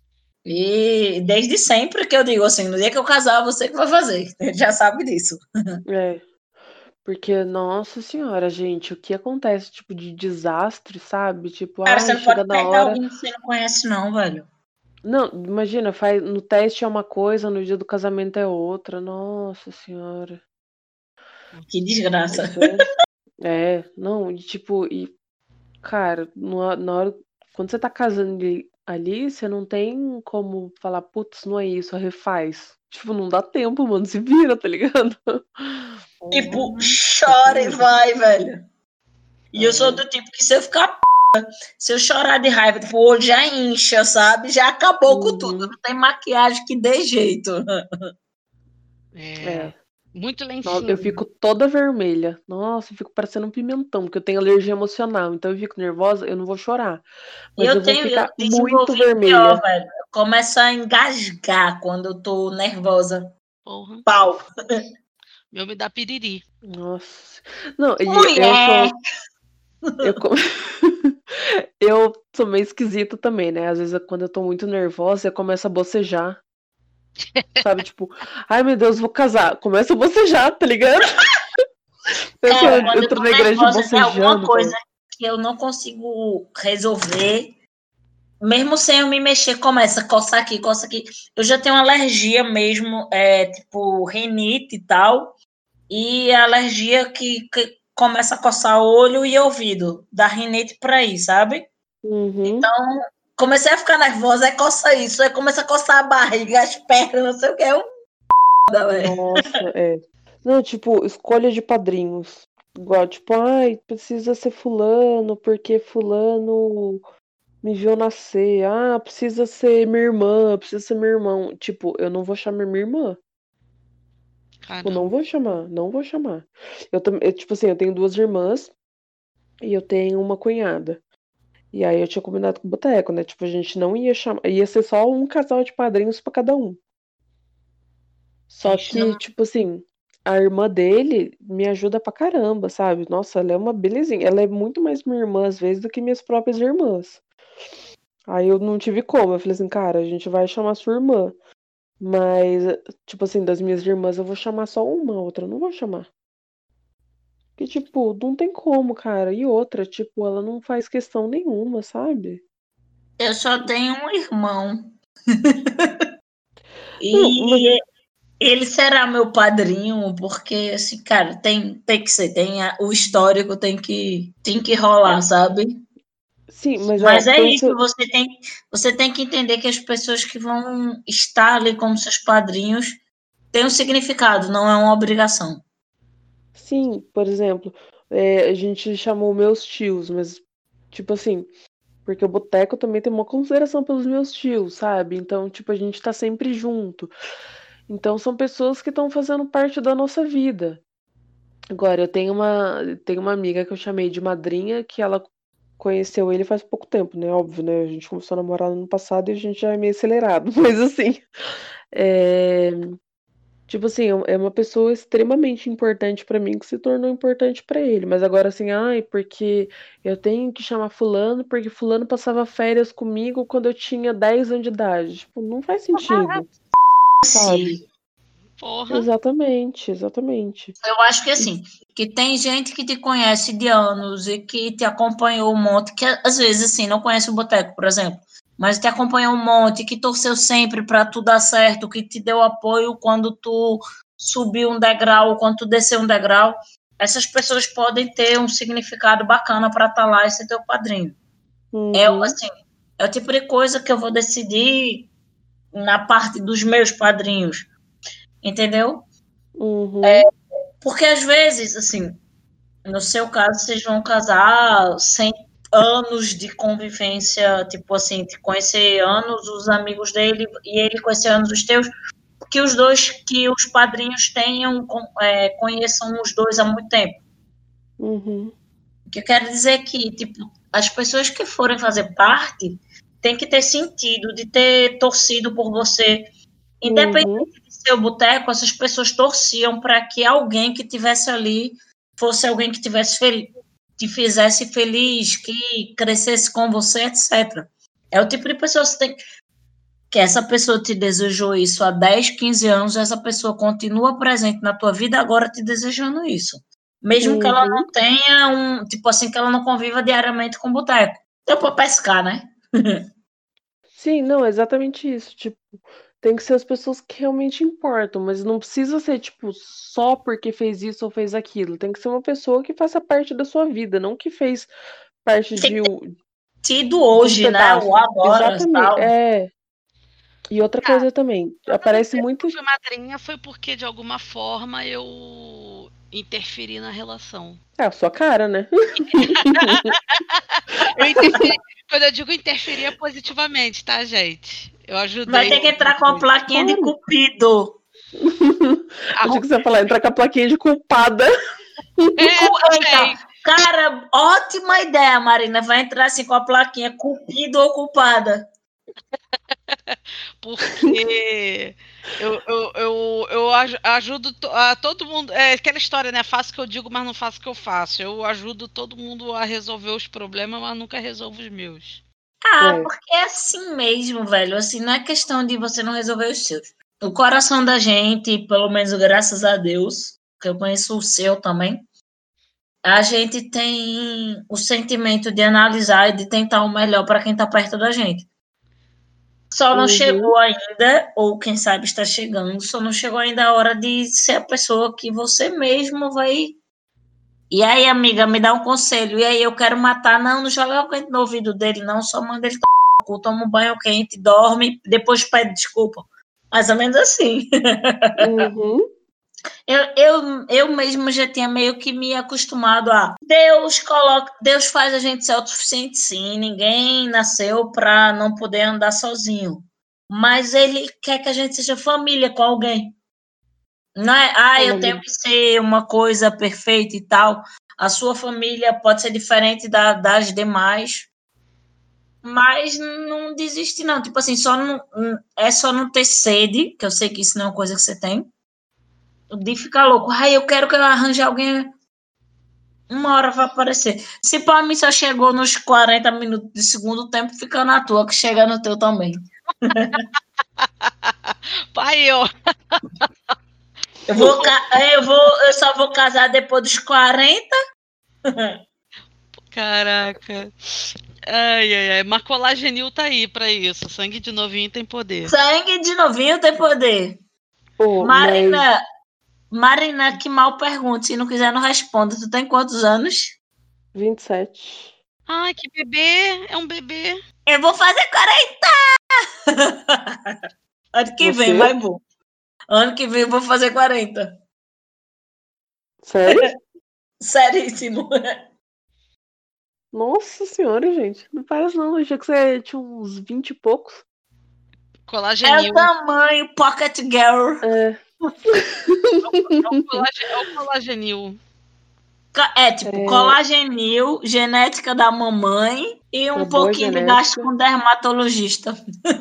E desde sempre que eu digo assim, no dia que eu casar, você que vai fazer. Ele já sabe disso. É. Porque, nossa senhora, gente, o que acontece, tipo, de desastre, sabe? Tipo, Cara, você ai, não chega pode na pegar hora. alguém que você não conhece, não, velho. Não, imagina, faz, no teste é uma coisa, no dia do casamento é outra. Nossa senhora. Que desgraça. Isso é. É, não, e tipo, e, cara, na na hora. Quando você tá casando ali, ali, você não tem como falar, putz, não é isso, refaz. Tipo, não dá tempo, mano, se vira, tá ligado? Tipo, Porra, chora e horrível. vai, velho. E eu sou É. do tipo que se eu ficar p... se eu chorar de raiva, tipo, o olho já incha, sabe? Já acabou com tudo. Uhum. Não tem maquiagem que dê jeito. É. É. Muito No- Eu lencinho. fico toda vermelha. Nossa, eu fico parecendo um pimentão, porque eu tenho alergia emocional. Então eu fico nervosa, eu não vou chorar. Mas Eu eu vou tenho, eu ficar muito desenvolvi pior, vermelha. velho. Eu começo a engasgar quando eu tô nervosa. Porra. Pau. Meu me dá piriri. Nossa. Não, e eu Mulher! sou. Eu, co- eu sou meio esquisita também, né? Às vezes, quando eu tô muito nervosa, eu começo a bocejar. Sabe? Tipo, ai meu Deus, vou casar. Começa a bocejar, tá ligado? Pensa, Cara, eu quando eu entro tô na igreja nervosa de alguma bocejando, coisa velho. que eu não consigo resolver, mesmo sem eu me mexer, começa a coçar aqui, coça aqui. Eu já tenho alergia mesmo, é, tipo, rinite e tal. E a alergia que, que começa a coçar olho e ouvido. Da rinite pra aí, sabe? Uhum. Então, comecei a ficar nervosa, aí coça isso, aí começa a coçar a barriga, as pernas, não sei o que. É um foda, velho. Nossa, é. Não, tipo, escolha de padrinhos. Igual, tipo, ai, precisa ser fulano, porque fulano me viu nascer. Ah, precisa ser minha irmã, precisa ser meu irmão. Tipo, eu não vou chamar minha irmã. Tipo, não Caramba. vou chamar, não vou chamar. Eu, tam- eu, tipo assim, eu tenho duas irmãs e eu tenho uma cunhada. E aí eu tinha combinado com o Boteco, né? Tipo, a gente não ia chamar. Ia ser só um casal de padrinhos pra cada um. Só Ixi, que, não. tipo assim, a irmã dele me ajuda pra caramba, sabe? Nossa, ela é uma belezinha. Ela é muito mais minha irmã, às vezes, do que minhas próprias irmãs. Aí eu não tive como. Eu falei assim, cara, a gente vai chamar sua irmã. Mas, tipo assim, das minhas irmãs eu vou chamar só uma, a outra eu não vou chamar. Que, tipo, não tem como, cara. E outra, tipo, ela não faz questão nenhuma, sabe? Eu só tenho um irmão. Não, mas E ele será meu padrinho, porque, assim, cara, tem, tem que ser. Tem a- o histórico tem que, tem que rolar, sabe? sim, mas ó, Mas é isso, pensa. você tem, você tem que entender que as pessoas que vão estar ali como seus padrinhos têm um significado, não é uma obrigação. Sim, por exemplo, é, a gente chamou meus tios, mas, tipo assim, porque o boteco também tem uma consideração pelos meus tios, sabe? Então, tipo, a gente tá sempre junto. Então, são pessoas que estão fazendo parte da nossa vida. Agora, eu tenho uma, tenho uma amiga que eu chamei de madrinha, que ela conheceu ele faz pouco tempo, né? Óbvio, né? A gente começou a namorar no ano passado e a gente já é meio acelerado, mas assim, é, tipo assim, é uma pessoa extremamente importante pra mim que se tornou importante pra ele. Mas agora assim, ai, porque eu tenho que chamar fulano porque fulano passava férias comigo quando eu tinha dez anos de idade. Tipo, não faz sentido, sabe? Sim. Porra. Exatamente, exatamente. Eu acho que assim, que tem gente que te conhece de anos e que te acompanhou um monte, que às vezes assim, não conhece o Boteco, por exemplo, mas te acompanhou um monte, que torceu sempre para tu dar certo, que te deu apoio quando tu subiu um degrau, quando tu desceu um degrau. Essas pessoas podem ter um significado bacana para estar lá e ser teu padrinho. É Uhum, assim, é o tipo de coisa que eu vou decidir na parte dos meus padrinhos, entendeu? uhum, Porque às vezes, assim, no seu caso, vocês vão casar sem anos de convivência, tipo assim, de conhecer anos os amigos dele e ele conhecer anos os teus, que os dois, que os padrinhos tenham, é, conheçam os dois há muito tempo. uhum, O que eu quero dizer é que, tipo, as pessoas que forem fazer parte têm que ter sentido de ter torcido por você. uhum, Independente de ser o boteco, essas pessoas torciam para que alguém que tivesse ali fosse alguém que tivesse fel- te fizesse feliz, que crescesse com você, etcétera. É o tipo de pessoa que você tem que essa pessoa te desejou isso há dez, quinze anos, essa pessoa continua presente na tua vida agora te desejando isso. Mesmo que ela uhum. não tenha um, tipo assim, que ela não conviva diariamente com o boteco. Deu para pescar, né? Sim, não, é exatamente isso. Tipo, tem que ser as pessoas que realmente importam, mas não precisa ser, tipo, só porque fez isso ou fez aquilo. Tem que ser uma pessoa que faça parte da sua vida, não que fez parte Tem de, que ter um- tido de um hoje, né? O pedaço. agora, Exatamente. tal. É. E outra Ah, coisa também, todas as aparece vezes que muito. eu fui madrinha foi porque de alguma forma eu interferi na relação. É a sua cara, né? Eu interferi, quando eu digo interferir é positivamente, tá, gente? Eu Vai ajudei ter que entrar com a muito. plaquinha de Claro. cupido. Achei que você ia falar, entrar com a plaquinha de culpada. É, Cu- também. Eita, cara, ótima ideia, Marina. Vai entrar assim com a plaquinha cupido ou culpada. Porque eu, eu, eu, eu aj- ajudo to- a todo mundo. É aquela história, né? Faço o que eu digo, mas não faço o que eu faço. Eu ajudo todo mundo a resolver os problemas, mas nunca resolvo os meus. Ah, É. porque é assim mesmo, velho. Assim, não é questão de você não resolver os seus. O coração da gente, pelo menos graças a Deus, que eu conheço o seu também, a gente tem o sentimento de analisar e de tentar o melhor para quem está perto da gente. Só não Uhum. chegou ainda, ou quem sabe está chegando, só não chegou ainda a hora de ser a pessoa que você mesmo vai. E aí, amiga, me dá um conselho. E aí, eu quero matar. Não, não joga o quente no ouvido dele, não. Só manda ele tomar, toma um banho quente, dorme, depois pede desculpa. Mais ou menos assim. Uhum. Eu, eu, eu mesmo já tinha meio que me acostumado a Deus coloca, Deus faz a gente ser autossuficiente, sim. Ninguém nasceu para não poder andar sozinho. Mas ele quer que a gente seja família com alguém. Não é, ah, eu tenho Olha. que ser uma coisa perfeita e tal. A sua família pode ser diferente da, das demais, mas não desiste, não. Tipo assim, só não, é só não ter sede, que eu sei que isso não é uma coisa que você tem, de ficar louco. Ai, eu quero que eu arranje alguém, uma hora vai aparecer. Se para mim só chegou nos quarenta minutos de segundo tempo, fica na tua, que chega no teu também. Pai, eu. Eu, vou, eu, vou, eu só vou casar depois dos quarenta. Caraca. Ai, ai, ai. Mas colagenil tá aí pra isso. Sangue de novinho tem poder. Sangue de novinho tem poder. Pô, Marina, mas... Marina, que mal pergunta. Se não quiser, não responda. Tu tem quantos anos? vinte e sete. Ai, que bebê. É um bebê. Eu vou fazer quarenta! Ano que Você? vem, vai bom. Ano que vem eu vou fazer quarenta. Sério? Seríssimo. Nossa senhora, gente. Não parece não. Eu achei que você tinha uns vinte e poucos. É Colagenil. o tamanho Pocket Girl. É. É o colagen- é o colagenil. É tipo É. colagenil, genética da mamãe e um Uma boa pouquinho de genética. gasto com dermatologista.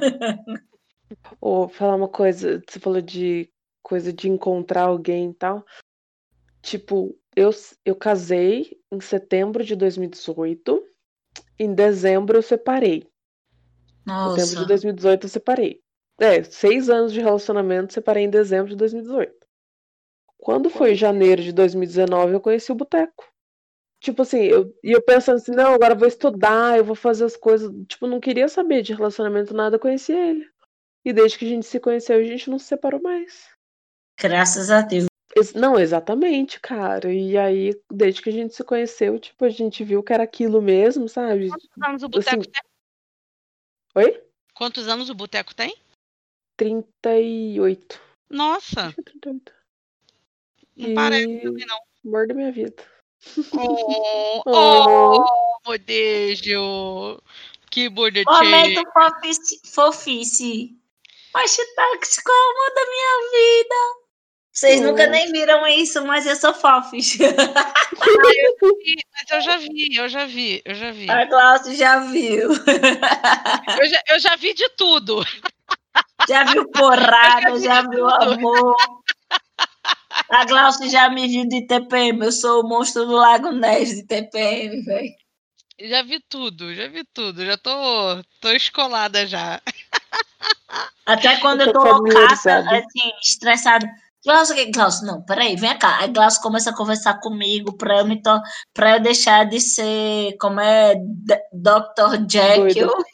Ou falar uma coisa, você falou de coisa de encontrar alguém e tal. Tipo, eu, eu casei em setembro de dois mil e dezoito. Em dezembro eu separei. Setembro de Nossa. dois mil e dezoito eu separei. É, seis anos de relacionamento, separei em dezembro de dois mil e dezoito. Quando foi janeiro de dois mil e dezenove, eu conheci o boteco. Tipo assim, eu, e eu pensando assim, não, agora eu vou estudar, eu vou fazer as coisas. Tipo, não queria saber de relacionamento nada, eu conheci ele. E desde que a gente se conheceu, a gente não se separou mais. Graças a Deus. Ex- Não, exatamente, cara. E aí, desde que a gente se conheceu, tipo, a gente viu que era aquilo mesmo, sabe? Quantos anos o boteco Assim, tem? oi? Quantos anos o boteco tem? trinta e oito. Nossa, Acho que é trinta e oito. não parece E também não. amor da minha vida. Oh, Oh, oh, modejo. Que bonitinho. Momento fofice. fofice. Mas tóxico é o amor da minha vida. Vocês oh. nunca nem viram isso, mas eu sou fofis. Mas eu já vi, eu já vi, eu já vi. A Glaucia já viu. Eu já, eu já vi de tudo. Já viu porrada, Eu já vi já de viu tudo. amor. A Glaucia já me viu de T P M. Eu sou o monstro do Lago Ness de T P M, velho. Já vi tudo, já vi tudo. Já tô, tô escolada já. Até quando Eu eu tô tô loucaça, familiarizada. assim, estressada. Glaucia, que- Glaucia, não, peraí, vem cá. Aí Glaucia começa a conversar comigo pra eu, me to... pra eu deixar de ser, como é, D- doutor Jekyll. Doida.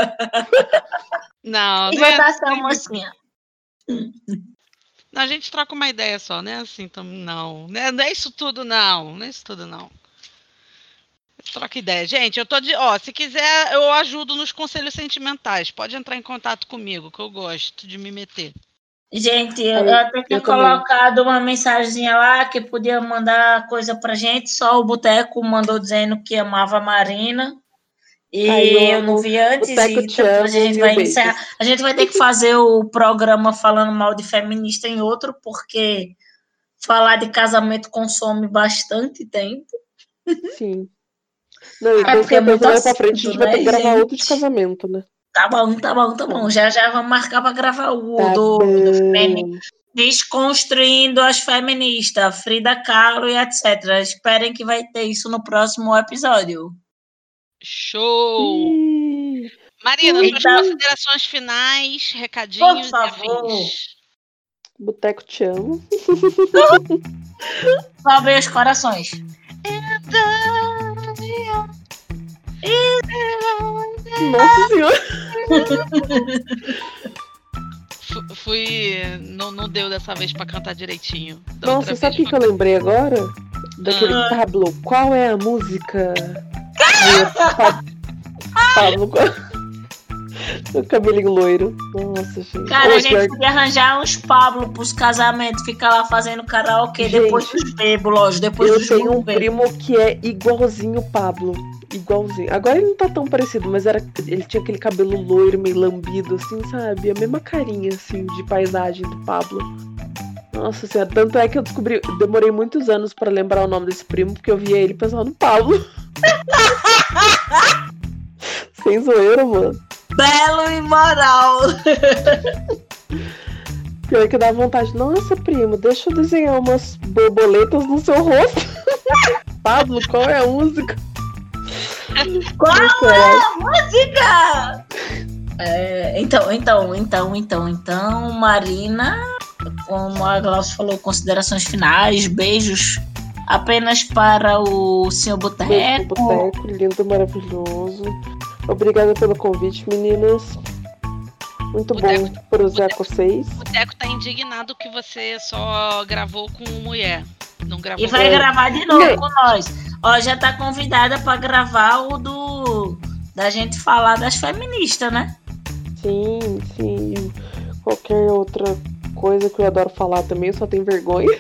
Não, E não é, voltar a ser uma mocinha. não, a gente troca uma ideia só, né? Assim, então, não, né? Não é isso tudo, não. Não é isso tudo, não. Troca ideia. Gente, eu tô de. Ó, se quiser, eu ajudo nos conselhos sentimentais. Pode entrar em contato comigo, que eu gosto de me meter. Gente, eu, Aí, eu até tinha eu também. colocado uma mensagenzinha lá que podia mandar coisa pra gente, só o Boteco mandou dizendo que amava a Marina. E Aí eu eu não amo. vi antes, Boteco, e te depois a amo, gente mil vai beijos. encerrar. A gente vai ter que fazer o programa falando mal de feminista em outro, porque falar de casamento consome bastante tempo. Sim. Não, eu É tenho porque é muito certeza mais pra frente a assunto, gente vai ter né, que gravar outro de gente? casamento, né? Tá bom, tá bom, tá Tá. bom. Já já vamos marcar para gravar o Tá do, do femi- bom. Desconstruindo as feministas, Frida Kahlo e etcétera. Esperem que vai ter isso no próximo episódio. Show! Ih, Marina, suas Então, considerações finais, por recadinhos e favor, afins. Boteco, te amo. sobe os corações. Nossa senhora. Fu- Fui. Não, não deu dessa vez pra cantar direitinho. Da outra Nossa, sabe o que, vez que eu lembrei agora? Daquele Ah. Pablo. Qual é a música? Aí, Pa- Pablo. qual- O cabelinho loiro. Nossa, gente. Cara, Ô, a gente pior- podia arranjar uns Pablo pros casamentos, ficar lá fazendo karaokê Gente, depois dos bebos, lógico, depois Eu dos tenho um bebos. primo que é igualzinho o Pablo. Igualzinho. Agora ele não tá tão parecido, mas era, ele tinha aquele cabelo loiro, meio lambido, assim, sabe? A mesma carinha, assim, de paisagem do Pablo. Nossa senhora, tanto é que eu descobri, demorei muitos anos pra lembrar o nome desse primo, porque eu via ele pensando no Pablo. Sem zoeira, mano. Belo e moral. Pior que dá vontade. Nossa, primo, deixa eu desenhar umas borboletas no seu rosto. Pablo, qual é a música? Qual Isso, é é. a música? É, então, então, então, então, então, Marina, como a Glaucia falou, considerações finais, beijos apenas para o senhor Boteco. Beijo pro Boteco, lindo, maravilhoso. Obrigada pelo convite, meninas. Muito Boteco- bom prossear com vocês. O Boteco tá indignado que você só gravou com mulher. Não gravou E vai É. gravar de novo Não. com nós. Ó, já tá convidada para gravar o do da gente falar das feministas, né? Sim, sim. Qualquer outra coisa que eu adoro falar também, eu só tenho vergonha.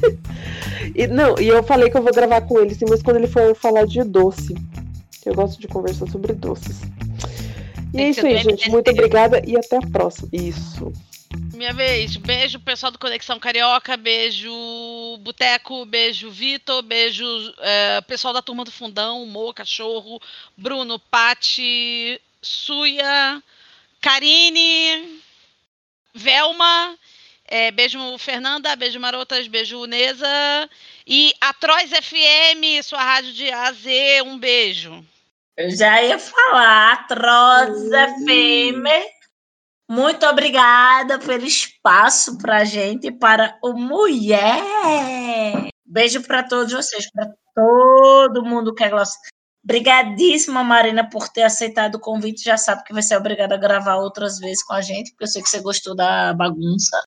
E, não, e eu falei que eu vou gravar com ele, sim, mas quando ele for falar de doce. Eu gosto de conversar sobre doces. E Tem é que isso ser aí, do gente. M D C. Muito obrigada e até a próxima. Isso. Minha vez. Beijo, pessoal do Conexão Carioca. Beijo, Boteco. Beijo, Vitor. Beijo, é, pessoal da Turma do Fundão. Mo, Cachorro. Bruno, Pati, Suia, Karine, Velma. É, beijo, Fernanda. Beijo, Marotas. Beijo, Neza. E Atroz F M, sua rádio de A a Z. Um beijo. Eu já ia falar, Troz F M. Muito obrigada pelo espaço pra gente e para o Mulher. Beijo para todos vocês, para todo mundo que é Glaucia. Obrigadíssima, Marina, por ter aceitado o convite. Já sabe que vai ser obrigada a gravar outras vezes com a gente, porque eu sei que você gostou da bagunça.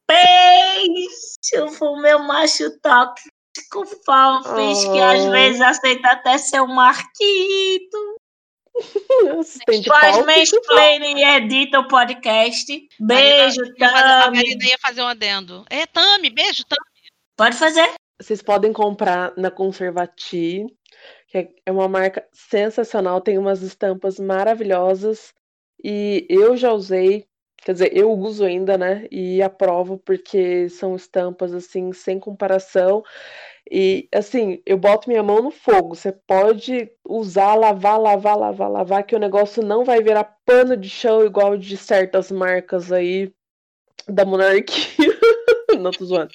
Beijo pro meu macho tóxico, Falfish, que às Oh. vezes aceita até ser um Marquito. Assistente Faz palco. mansplaining e edita o podcast. Beijo, Marina ia fazer- a Tami. Marina ia fazer um adendo. É, Tami, beijo, Tami. Pode fazer. Vocês podem comprar na Conservati, que é- é uma marca sensacional, tem umas estampas maravilhosas e eu já usei, quer dizer, eu uso ainda, né? E aprovo porque são estampas assim sem comparação. E assim, eu boto minha mão no fogo. Você pode usar, lavar, lavar, lavar, lavar, que o negócio não vai virar pano de chão igual de certas marcas aí da monarquia. Não tô zoando.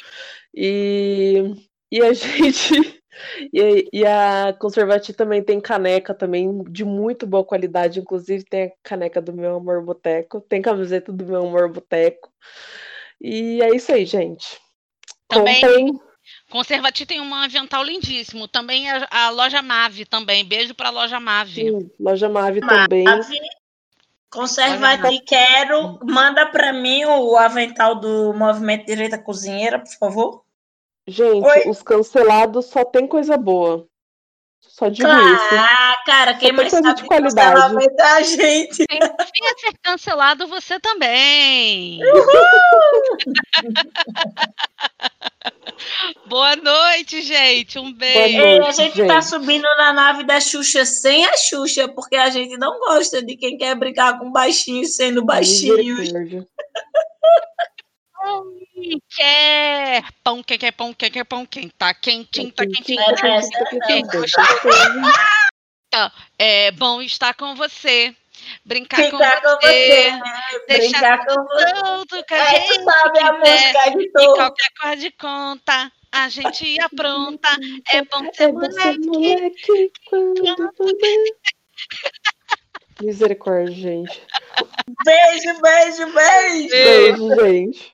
E, e a gente. E, e a Conservati também tem caneca também de muito boa qualidade. Inclusive tem a caneca do Meu Amor Boteco, tem camiseta do Meu Amor Boteco. E é isso aí, gente. Também- Comprem. Conservati tem um avental lindíssimo. Também a, a loja Mave também. Beijo pra loja Mave. Sim, Loja Mave também. Ave, Conservati, quero. Manda pra mim o avental do Movimento Direita Cozinheira, por favor. Gente, Oi? os cancelados só tem coisa boa. Só digo isso. Claro, cara, quem tem mais coisa sabe de de qualidade. cancelamento é a gente. Venha ser cancelado você também. Boa noite, gente. Um beijo. Boa Ei, noite, a gente gente. tá subindo na nave da Xuxa sem a Xuxa, porque a gente não gosta de quem quer brincar com baixinhos sendo baixinhos. Misericórdia. Quer pão, quem quer pão, quem quer pão, quem tá quentinho, tá quentinho. Era tá essa, quentinho, não. quem É bom estar com você, brincar Ficar com com você, você, deixar brincar com você. tudo que a É, gente tu sabe a quiser, música de e tu. qualquer coisa de conta, a gente apronta. É bom ser É bom ser moleque. moleque quando puder. Misericórdia, gente. Beijo, beijo, beijo. Beijo, gente.